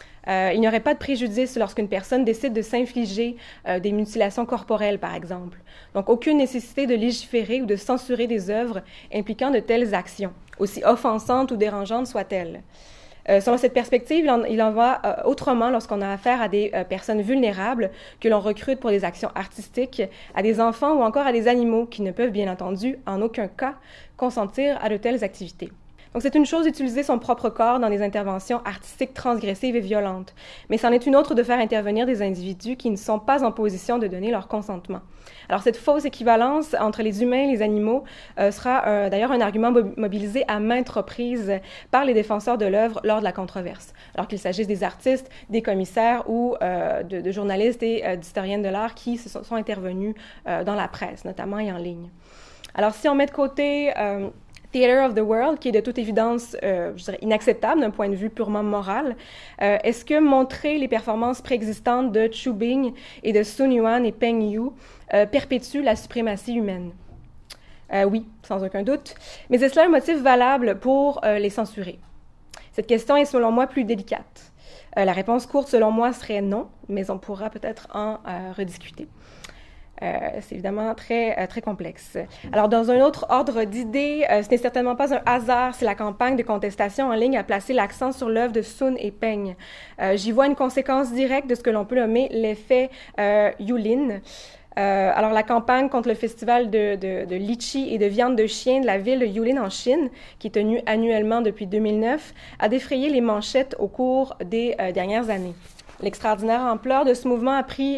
Il n'y aurait pas de préjudice lorsqu'une personne décide de s'infliger des mutilations corporelles, par exemple. Donc, aucune nécessité de légiférer ou de censurer des œuvres impliquant de telles actions, aussi offensantes ou dérangeantes soient-elles. Selon cette perspective, il en va autrement lorsqu'on a affaire à des personnes vulnérables que l'on recrute pour des actions artistiques, à des enfants ou encore à des animaux qui ne peuvent bien entendu, en aucun cas, consentir à de telles activités. Donc, c'est une chose d'utiliser son propre corps dans des interventions artistiques transgressives et violentes, mais c'en est une autre de faire intervenir des individus qui ne sont pas en position de donner leur consentement. Alors, cette fausse équivalence entre les humains et les animaux sera d'ailleurs un argument mobilisé à maintes reprises par les défenseurs de l'œuvre lors de la controverse, alors qu'il s'agisse des artistes, des commissaires ou de journalistes et d'historiennes de l'art qui sont intervenus dans la presse, notamment et en ligne. Alors, si on met de côté Theater of the World, qui est de toute évidence, je dirais, inacceptable d'un point de vue purement moral, est-ce que montrer les performances préexistantes de Chu Bing et de Sun Yuan et Peng Yu perpétue la suprématie humaine? Oui, sans aucun doute. Mais est-ce là un motif valable pour les censurer? Cette question est, selon moi, plus délicate. La réponse courte, selon moi, serait non, mais on pourra peut-être en rediscuter. C'est évidemment très, très complexe. Alors, dans un autre ordre d'idées, ce n'est certainement pas un hasard si la campagne de contestation en ligne a placé l'accent sur l'œuvre de Sun et Peng. J'y vois une conséquence directe de ce que l'on peut nommer l'effet Yulin. Alors, la campagne contre le festival de litchi et de viande de chien de la ville de Yulin en Chine, qui est tenue annuellement depuis 2009, a défrayé les manchettes au cours des dernières années. L'extraordinaire ampleur de ce mouvement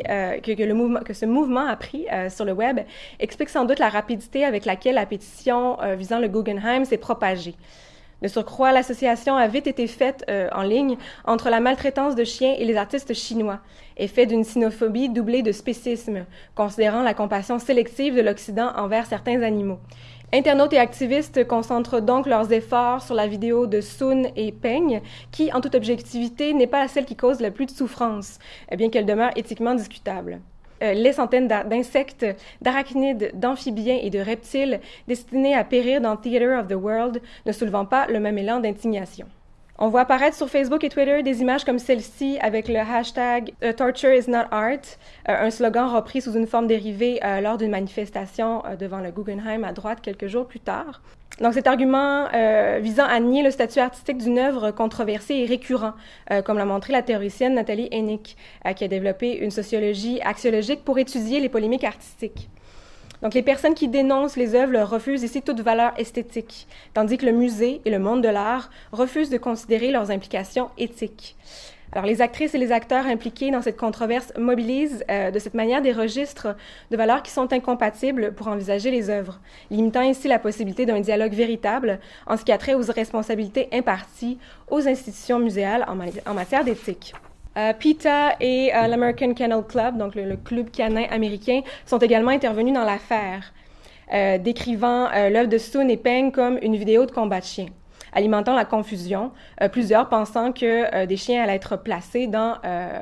que ce mouvement a pris sur le web explique sans doute la rapidité avec laquelle la pétition visant le Guggenheim s'est propagée. De surcroît, l'association a vite été faite en ligne entre la maltraitance de chiens et les artistes chinois, effet d'une sinophobie doublée de spécisme, considérant la compassion sélective de l'Occident envers certains animaux. Internautes et activistes concentrent donc leurs efforts sur la vidéo de Sun et Peng, qui, en toute objectivité, n'est pas celle qui cause le plus de souffrance, bien qu'elle demeure éthiquement discutable. Les centaines d'insectes, d'arachnides, d'amphibiens et de reptiles destinés à périr dans Theater of the World ne soulevant pas le même élan d'indignation. On voit apparaître sur Facebook et Twitter des images comme celle-ci avec le hashtag « Torture is not art », un slogan repris sous une forme dérivée lors d'une manifestation devant le Guggenheim à droite quelques jours plus tard. Donc cet argument visant à nier le statut artistique d'une œuvre controversée est récurrent, comme l'a montré la théoricienne Nathalie Hennick, qui a développé une sociologie axiologique pour étudier les polémiques artistiques. Donc, les personnes qui dénoncent les œuvres refusent ici toute valeur esthétique, tandis que le musée et le monde de l'art refusent de considérer leurs implications éthiques. Alors, les actrices et les acteurs impliqués dans cette controverse mobilisent de cette manière des registres de valeurs qui sont incompatibles pour envisager les œuvres, limitant ainsi la possibilité d'un dialogue véritable en ce qui a trait aux responsabilités imparties aux institutions muséales en matière d'éthique. PETA et l'American Kennel Club, donc le club canin américain, sont également intervenus dans l'affaire, décrivant l'œuvre de Sun et Peng comme une vidéo de combat de chiens, alimentant la confusion, plusieurs pensant que des chiens allaient être placés dans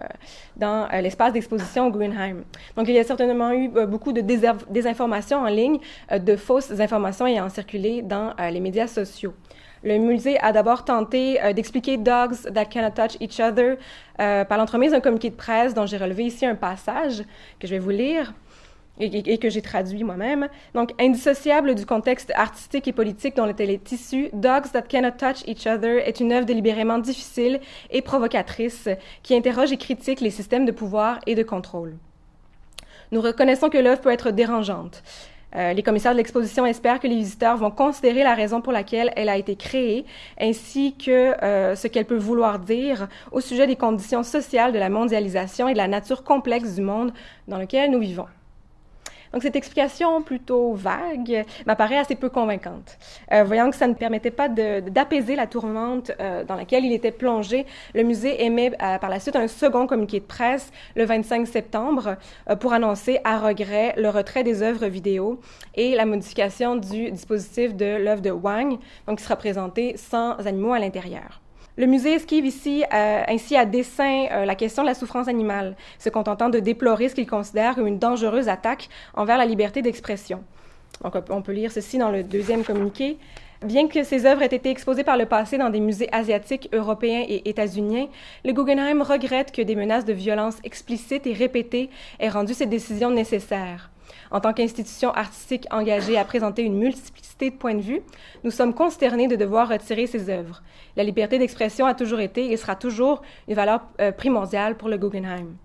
l'espace d'exposition au Guggenheim. Donc, il y a certainement eu beaucoup de désinformations en ligne, de fausses informations ayant circulé dans les médias sociaux. Le musée a d'abord tenté d'expliquer Dogs That Cannot Touch Each Other par l'entremise d'un communiqué de presse dont j'ai relevé ici un passage que je vais vous lire et que j'ai traduit moi-même. Donc, indissociable du contexte artistique et politique dont elle est issue, Dogs That Cannot Touch Each Other est une œuvre délibérément difficile et provocatrice qui interroge et critique les systèmes de pouvoir et de contrôle. Nous reconnaissons que l'œuvre peut être dérangeante. Les commissaires de l'exposition espèrent que les visiteurs vont considérer la raison pour laquelle elle a été créée, ainsi que ce qu'elle peut vouloir dire au sujet des conditions sociales de la mondialisation et de la nature complexe du monde dans lequel nous vivons. Donc, cette explication plutôt vague m'apparaît assez peu convaincante. Voyant que ça ne permettait pas d'apaiser la tourmente dans laquelle il était plongé, le musée émet par la suite un second communiqué de presse le 25 septembre pour annoncer à regret le retrait des œuvres vidéo et la modification du dispositif de l'œuvre de Wang, donc qui sera présentée sans animaux à l'intérieur. Le musée esquive ici ainsi à dessein la question de la souffrance animale, se contentant de déplorer ce qu'il considère comme une dangereuse attaque envers la liberté d'expression. Donc, on peut lire ceci dans le deuxième communiqué. Bien que ces œuvres aient été exposées par le passé dans des musées asiatiques, européens et états-uniens, le Guggenheim regrette que des menaces de violence explicites et répétées aient rendu ces décisions nécessaires. En tant qu'institution artistique engagée à présenter une multiplicité de points de vue, nous sommes consternés de devoir retirer ces œuvres. La liberté d'expression a toujours été et sera toujours une valeur primordiale pour le Guggenheim.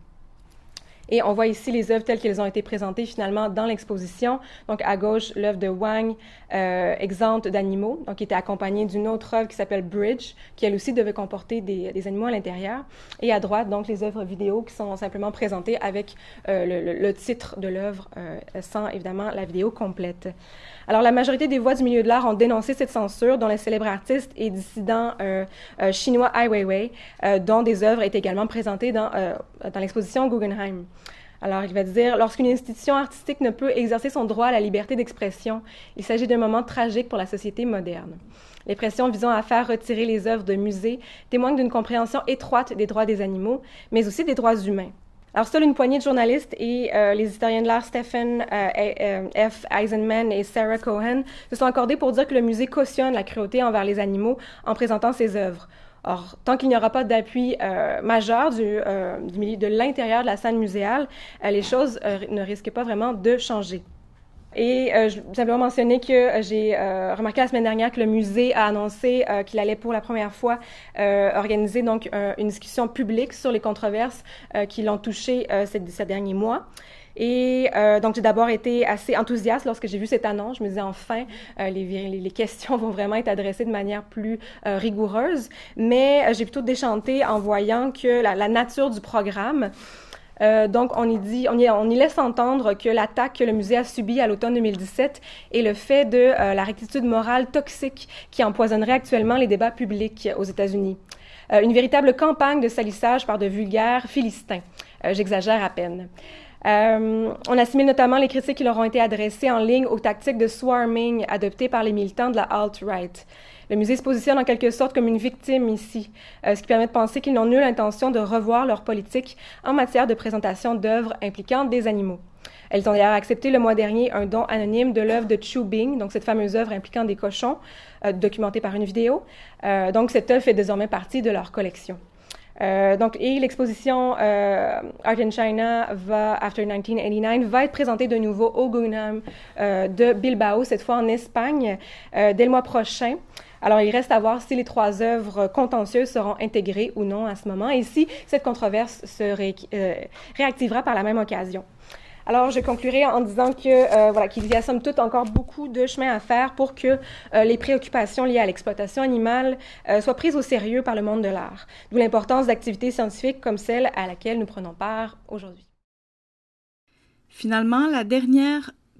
Et on voit ici les œuvres telles qu'elles ont été présentées finalement dans l'exposition. Donc, à gauche, l'œuvre de Wang, exempte d'animaux, donc qui était accompagnée d'une autre œuvre qui s'appelle Bridge, qui elle aussi devait comporter des animaux à l'intérieur. Et à droite, donc, les œuvres vidéo qui sont simplement présentées avec le titre de l'œuvre, sans évidemment la vidéo complète. Alors, la majorité des voix du milieu de l'art ont dénoncé cette censure, dont le célèbre artiste et dissident chinois Ai Weiwei, dont des œuvres étaient également présentées dans l'exposition Guggenheim. Alors, il va dire, lorsqu'une institution artistique ne peut exercer son droit à la liberté d'expression, il s'agit d'un moment tragique pour la société moderne. Les pressions visant à faire retirer les œuvres de musées témoignent d'une compréhension étroite des droits des animaux, mais aussi des droits humains. Alors, seule une poignée de journalistes et les historiens de l'art Stephen F. Eisenman et Sarah Cohen se sont accordés pour dire que le musée cautionne la cruauté envers les animaux en présentant ses œuvres. Or, tant qu'il n'y aura pas d'appui majeur de l'intérieur de la scène muséale, les choses ne risquent pas vraiment de changer. Et je vais simplement mentionner que j'ai remarqué la semaine dernière que le musée a annoncé qu'il allait pour la première fois organiser donc une discussion publique sur les controverses qui l'ont touché ces derniers mois. Et donc, j'ai d'abord été assez enthousiaste lorsque j'ai vu cette annonce. Je me disais, enfin, les questions vont vraiment être adressées de manière plus rigoureuse. Mais j'ai plutôt déchanté en voyant que la nature du programme, donc, on y laisse entendre que l'attaque que le musée a subie à l'automne 2017 est le fait de la rectitude morale toxique qui empoisonnerait actuellement les débats publics aux États-Unis. Une véritable campagne de salissage par de vulgaires Philistins. J'exagère à peine. On assimile notamment les critiques qui leur ont été adressées en ligne aux tactiques de swarming adoptées par les militants de la alt-right. Le musée se positionne en quelque sorte comme une victime ici, ce qui permet de penser qu'ils n'ont nulle intention de revoir leur politique en matière de présentation d'œuvres impliquant des animaux. Elles ont d'ailleurs accepté le mois dernier un don anonyme de l'œuvre de Chu Bing, donc cette fameuse œuvre impliquant des cochons, documentée par une vidéo. Donc cette œuvre fait désormais partie de leur collection. Et l'exposition Art in China After 1989 va être présentée de nouveau au Guggenheim de Bilbao, cette fois en Espagne, dès le mois prochain. Alors, il reste à voir si les 3 œuvres contentieuses seront intégrées ou non à ce moment et si cette controverse se réactivera par la même occasion. Alors, je conclurai en disant que qu'il y a somme toute encore beaucoup de chemin à faire pour que les préoccupations liées à l'exploitation animale soient prises au sérieux par le monde de l'art, d'où l'importance d'activités scientifiques comme celle à laquelle nous prenons part aujourd'hui. Finalement, la dernière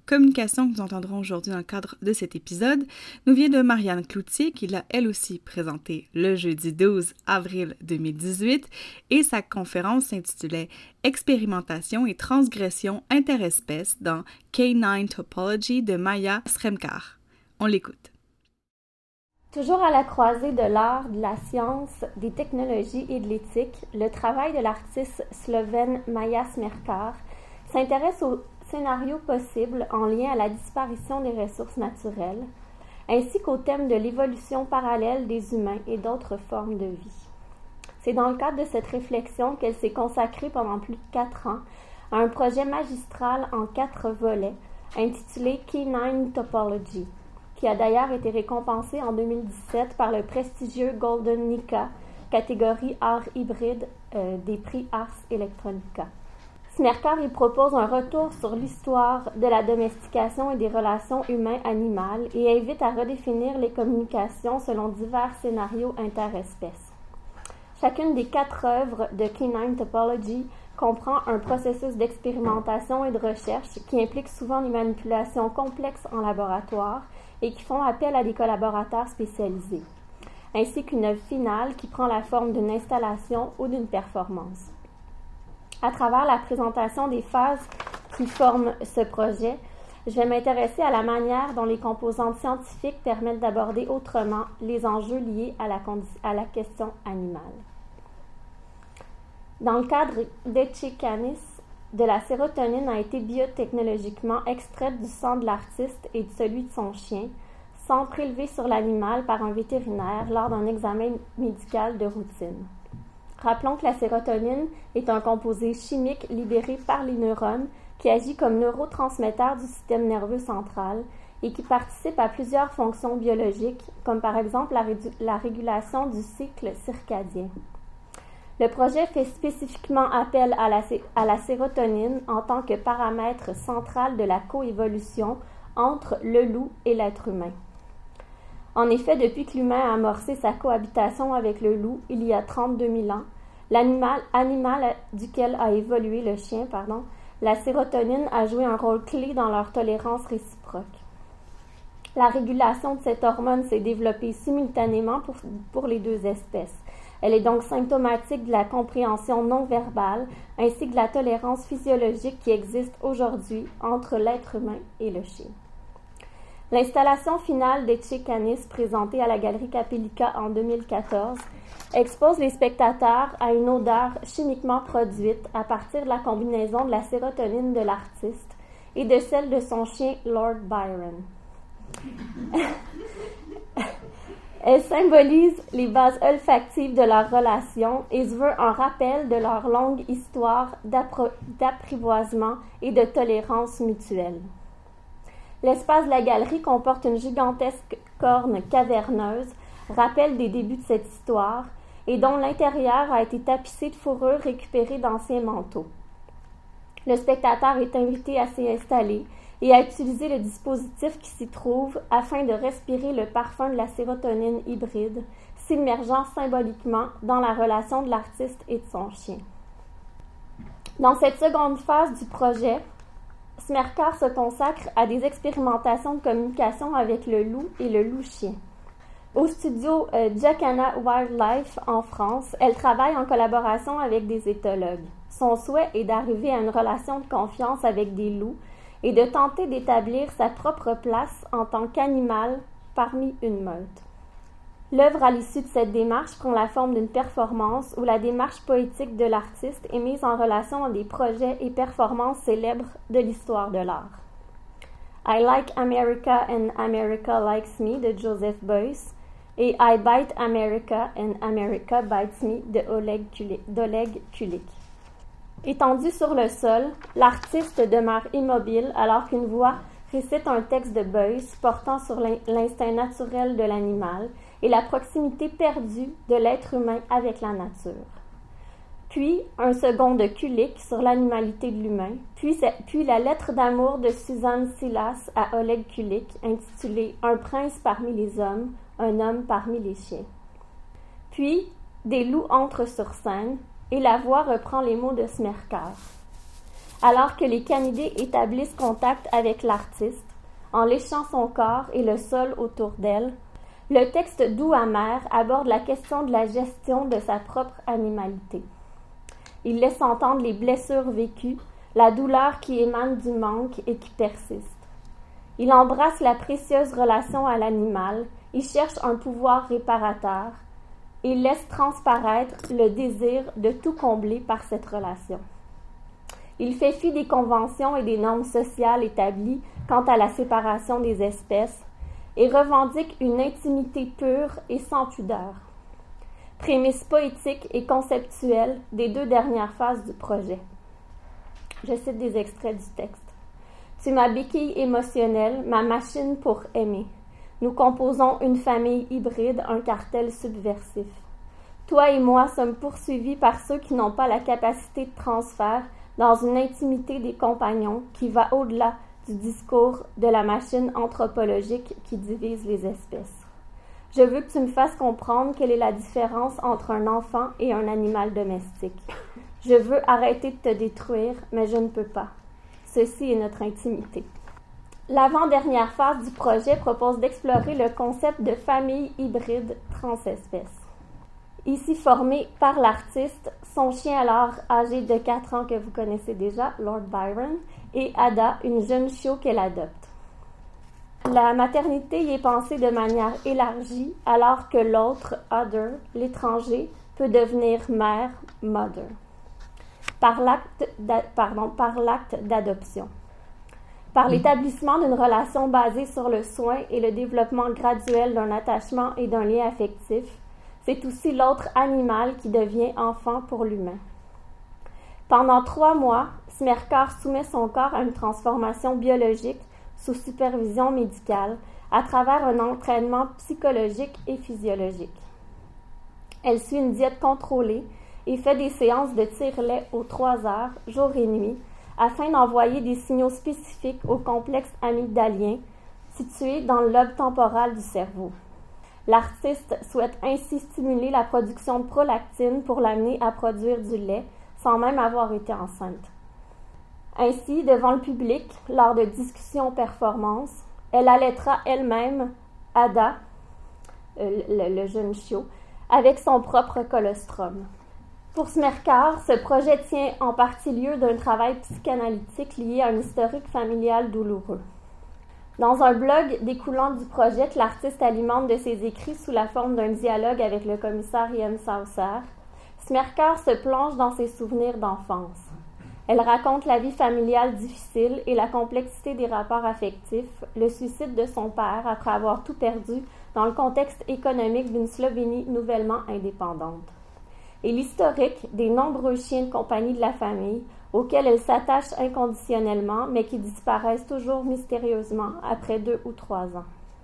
communication que nous entendrons aujourd'hui dans le cadre de cet épisode nous vient de Marianne Cloutier, qui l'a elle aussi présenté le jeudi 12 avril 2018, et sa conférence s'intitulait « Expérimentation et transgression interespèces dans K9 Topology » de Maya Sremkar. On l'écoute. Toujours à la croisée de l'art, de la science, des technologies et de l'éthique, le travail de l'artiste slovène Maya Sremkar s'intéresse aux scénarios possibles en lien à la disparition des ressources naturelles, ainsi qu'au thème de l'évolution parallèle des humains et d'autres formes de vie. C'est dans le cadre de cette réflexion qu'elle s'est consacrée pendant plus de 4 ans à un projet magistral en 4 volets intitulé K9 Topology, qui a d'ailleurs été récompensé en 2017 par le prestigieux Golden Nika, catégorie art hybride des prix Ars Electronica. Sremkar y propose un retour sur l'histoire de la domestication et des relations humains-animales et invite à redéfinir les communications selon divers scénarios interespèces. Chacune des 4 œuvres de K9 Topology comprend un processus d'expérimentation et de recherche qui implique souvent des manipulations complexes en laboratoire et qui font appel à des collaborateurs spécialisés, ainsi qu'une œuvre finale qui prend la forme d'une installation ou d'une performance. À travers la présentation des phases qui forment ce projet, je vais m'intéresser à la manière dont les composantes scientifiques permettent d'aborder autrement les enjeux liés à la question animale. Dans le cadre d'Eche Canis, de la sérotonine a été biotechnologiquement extraite du sang de l'artiste et de celui de son chien, sans prélever sur l'animal par un vétérinaire lors d'un examen médical de routine. Rappelons que la sérotonine est un composé chimique libéré par les neurones qui agit comme neurotransmetteur du système nerveux central et qui participe à plusieurs fonctions biologiques, comme par exemple la régulation du cycle circadien. Le projet fait spécifiquement appel à la sérotonine en tant que paramètre central de la coévolution entre le loup et l'être humain. En effet, depuis que l'humain a amorcé sa cohabitation avec le loup il y a 32 000 ans, animal duquel a évolué le chien, la sérotonine a joué un rôle clé dans leur tolérance réciproque. La régulation de cette hormone s'est développée simultanément pour les 2 espèces. Elle est donc symptomatique de la compréhension non verbale ainsi que de la tolérance physiologique qui existe aujourd'hui entre l'être humain et le chien. L'installation finale d'Eche Canis, présentée à la Galerie Capelica en 2014, expose les spectateurs à une odeur chimiquement produite à partir de la combinaison de la sérotonine de l'artiste et de celle de son chien Lord Byron. Elle symbolise les bases olfactives de leur relation et se veut un rappel de leur longue histoire d'apprivoisement et de tolérance mutuelle. L'espace de la galerie comporte une gigantesque corne caverneuse, rappel des débuts de cette histoire, et dont l'intérieur a été tapissé de fourrures récupérées d'anciens manteaux. Le spectateur est invité à s'y installer et à utiliser le dispositif qui s'y trouve afin de respirer le parfum de la sérotonine hybride, s'immergeant symboliquement dans la relation de l'artiste et de son chien. Dans cette seconde phase du projet, Sremkar se consacre à des expérimentations de communication avec le loup et le loup-chien. Au studio Jacana Wildlife en France, elle travaille en collaboration avec des éthologues. Son souhait est d'arriver à une relation de confiance avec des loups et de tenter d'établir sa propre place en tant qu'animal parmi une meute. L'œuvre à l'issue de cette démarche prend la forme d'une performance où la démarche poétique de l'artiste est mise en relation à des projets et performances célèbres de l'histoire de l'art. I Like America and America Likes Me de Joseph Beuys et I Bite America and America Bites Me d'Oleg Kulik. Étendu sur le sol, l'artiste demeure immobile alors qu'une voix récite un texte de Beuys portant sur l'instinct naturel de l'animal et la proximité perdue de l'être humain avec la nature. Puis, un second de Kulik sur l'animalité de l'humain, puis la lettre d'amour de Suzanne Silas à Oleg Kulik, intitulée « Un prince parmi les hommes, un homme parmi les chiens ». Puis, des loups entrent sur scène, et la voix reprend les mots de Sremkar. alors que les canidés établissent contact avec l'artiste, en léchant son corps et le sol autour d'elle, le texte doux-amer aborde la question de la gestion de sa propre animalité. Il laisse entendre les blessures vécues, la douleur qui émane du manque et qui persiste. Il embrasse la précieuse relation à l'animal, il cherche un pouvoir réparateur, il laisse transparaître le désir de tout combler par cette relation. Il fait fi des conventions et des normes sociales établies quant à la séparation des espèces et revendique une intimité pure et sans pudeur. Prémisse poétique et conceptuelle des 2 dernières phases du projet. Je cite des extraits du texte. « Tu es ma béquille émotionnelle, ma machine pour aimer. Nous composons une famille hybride, un cartel subversif. Toi et moi sommes poursuivis par ceux qui n'ont pas la capacité de transfert dans une intimité des compagnons qui va au-delà du discours de la machine anthropologique qui divise les espèces. Je veux que tu me fasses comprendre quelle est la différence entre un enfant et un animal domestique. Je veux arrêter de te détruire, mais je ne peux pas. Ceci est notre intimité. » L'avant-dernière phase du projet propose d'explorer le concept de famille hybride transespèce. Ici formé par l'artiste, son chien alors âgé de 4 ans que vous connaissez déjà, Lord Byron, et Ada, une jeune chiot qu'elle adopte. La maternité y est pensée de manière élargie, alors que l'autre, other, l'étranger, peut devenir mère, mother, par l'acte d'adoption. Par l'établissement d'une relation basée sur le soin et le développement graduel d'un attachement et d'un lien affectif, c'est aussi l'autre animal qui devient enfant pour l'humain. Pendant 3 mois, Smerkar soumet son corps à une transformation biologique sous supervision médicale à travers un entraînement psychologique et physiologique. Elle suit une diète contrôlée et fait des séances de tire-lait aux 3 heures, jour et nuit, afin d'envoyer des signaux spécifiques au complexe amygdalien situé dans le lobe temporal du cerveau. L'artiste souhaite ainsi stimuler la production de prolactine pour l'amener à produire du lait sans même avoir été enceinte. Ainsi, devant le public, lors de discussions performances, elle allaitera elle-même Ada, le jeune chiot, avec son propre colostrum. Pour Smerkar, ce projet tient en partie lieu d'un travail psychanalytique lié à un historique familial douloureux. Dans un blog découlant du projet que l'artiste alimente de ses écrits sous la forme d'un dialogue avec le commissaire Ian Saucer, Smerkar se plonge dans ses souvenirs d'enfance. Elle raconte la vie familiale difficile et la complexité des rapports affectifs, le suicide de son père après avoir tout perdu dans le contexte économique d'une Slovénie nouvellement indépendante, et l'historique des nombreux chiens de compagnie de la famille auxquels elle s'attache inconditionnellement mais qui disparaissent toujours mystérieusement après 2 ou 3 ans.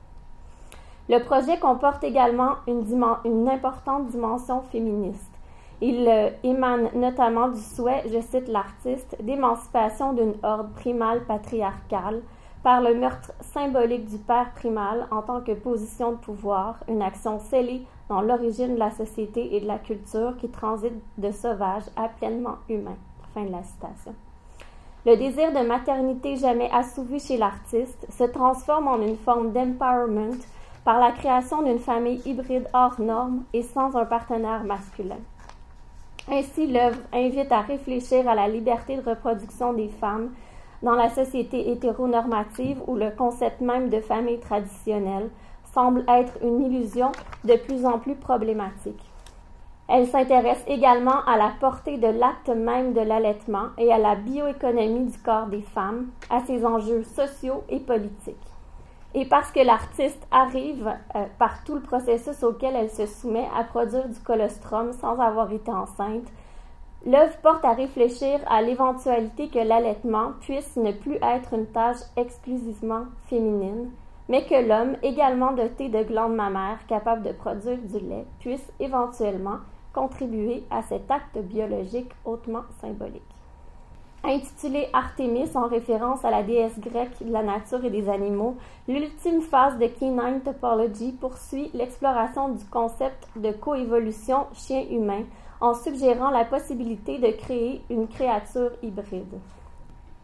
Le projet comporte également une importante dimension féministe. Il émane notamment du souhait, je cite l'artiste, d'émancipation d'une horde primale patriarcale par le meurtre symbolique du père primal en tant que position de pouvoir, une action scellée dans l'origine de la société et de la culture qui transite de sauvage à pleinement humain. Fin de la citation. Le désir de maternité jamais assouvi chez l'artiste se transforme en une forme d'empowerment par la création d'une famille hybride hors norme et sans un partenaire masculin. Ainsi, l'œuvre invite à réfléchir à la liberté de reproduction des femmes dans la société hétéronormative où le concept même de famille traditionnelle semble être une illusion de plus en plus problématique. Elle s'intéresse également à la portée de l'acte même de l'allaitement et à la bioéconomie du corps des femmes, à ses enjeux sociaux et politiques. Et parce que l'artiste arrive par tout le processus auquel elle se soumet à produire du colostrum sans avoir été enceinte, l'œuvre porte à réfléchir à l'éventualité que l'allaitement puisse ne plus être une tâche exclusivement féminine, mais que l'homme, également doté de glandes mammaires capables de produire du lait, puisse éventuellement contribuer à cet acte biologique hautement symbolique. Intitulé Artémis en référence à la déesse grecque de la nature et des animaux, l'ultime phase de Canine Topology poursuit l'exploration du concept de coévolution chien-humain en suggérant la possibilité de créer une créature hybride.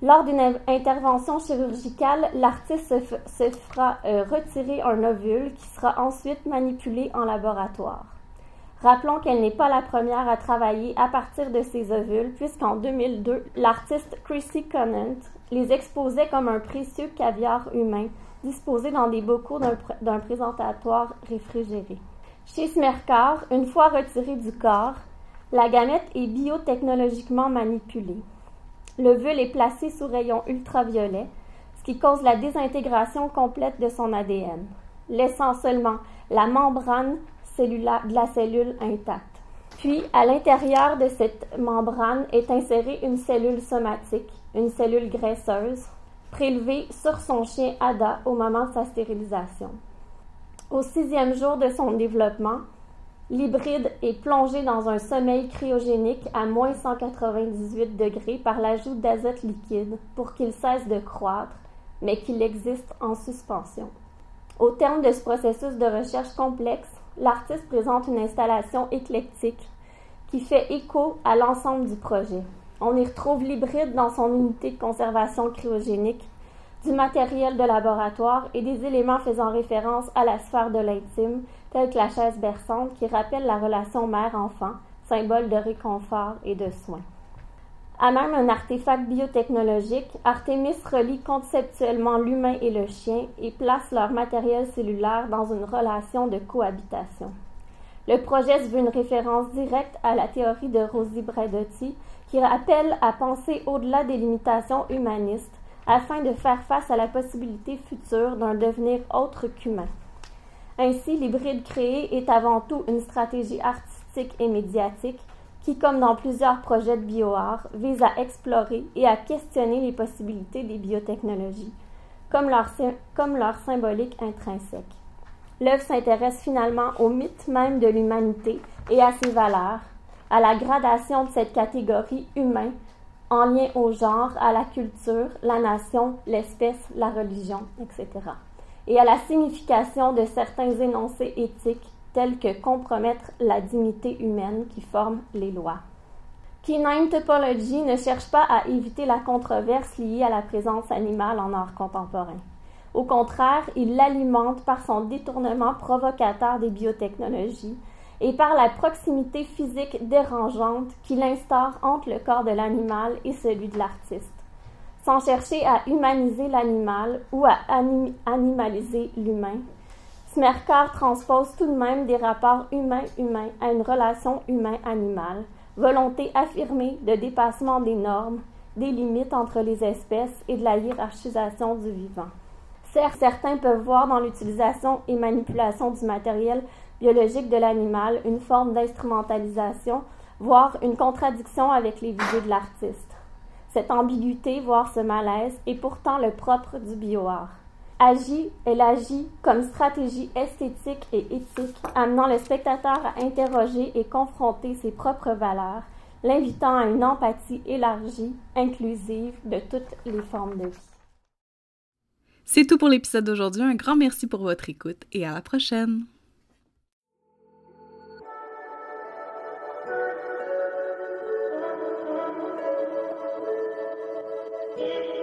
Lors d'une intervention chirurgicale, l'artiste se fera retirer un ovule qui sera ensuite manipulé en laboratoire. Rappelons qu'elle n'est pas la première à travailler à partir de ces ovules, puisqu'en 2002, l'artiste Chrissy Conant les exposait comme un précieux caviar humain disposé dans des bocaux d'un présentatoire réfrigéré. Chez Smerkar, une fois retirée du corps, la gamète est biotechnologiquement manipulée. L'ovule est placé sous rayon ultraviolet, ce qui cause la désintégration complète de son ADN, laissant seulement la membrane cellulaire de la cellule intacte. Puis, à l'intérieur de cette membrane est insérée une cellule somatique, une cellule graisseuse, prélevée sur son chien Ada au moment de sa stérilisation. Au 6e jour de son développement, l'hybride est plongé dans un sommeil cryogénique à moins 198 degrés par l'ajout d'azote liquide pour qu'il cesse de croître, mais qu'il existe en suspension. Au terme de ce processus de recherche complexe, l'artiste présente une installation éclectique qui fait écho à l'ensemble du projet. On y retrouve l'hybride dans son unité de conservation cryogénique, du matériel de laboratoire et des éléments faisant référence à la sphère de l'intime, tels que la chaise berçante qui rappelle la relation mère-enfant, symbole de réconfort et de soins. À même un artefact biotechnologique, Artemis relie conceptuellement l'humain et le chien et place leur matériel cellulaire dans une relation de cohabitation. Le projet se veut une référence directe à la théorie de Rosi Braidotti qui appelle à penser au-delà des limitations humanistes afin de faire face à la possibilité future d'un devenir autre qu'humain. Ainsi, l'hybride créé est avant tout une stratégie artistique et médiatique qui, comme dans plusieurs projets de bioart, vise à explorer et à questionner les possibilités des biotechnologies, comme leur symbolique intrinsèque. L'œuvre s'intéresse finalement au mythe même de l'humanité et à ses valeurs, à la gradation de cette catégorie humain en lien au genre, à la culture, la nation, l'espèce, la religion, etc. et à la signification de certains énoncés éthiques tels que compromettre la dignité humaine qui forment les lois. Canine Topology ne cherche pas à éviter la controverse liée à la présence animale en art contemporain. Au contraire, il l'alimente par son détournement provocateur des biotechnologies et par la proximité physique dérangeante qu'il instaure entre le corps de l'animal et celui de l'artiste, sans chercher à humaniser l'animal ou à animaliser l'humain. Smerkar transpose tout de même des rapports humain-humain à une relation humain-animal, volonté affirmée de dépassement des normes, des limites entre les espèces et de la hiérarchisation du vivant. Certes, certains peuvent voir dans l'utilisation et manipulation du matériel biologique de l'animal une forme d'instrumentalisation, voire une contradiction avec les visées de l'artiste. Cette ambiguïté, voire ce malaise, est pourtant le propre du bioart. Elle agit comme stratégie esthétique et éthique, amenant le spectateur à interroger et confronter ses propres valeurs, l'invitant à une empathie élargie, inclusive de toutes les formes de vie. C'est tout pour l'épisode d'aujourd'hui. Un grand merci pour votre écoute et à la prochaine! Yeah.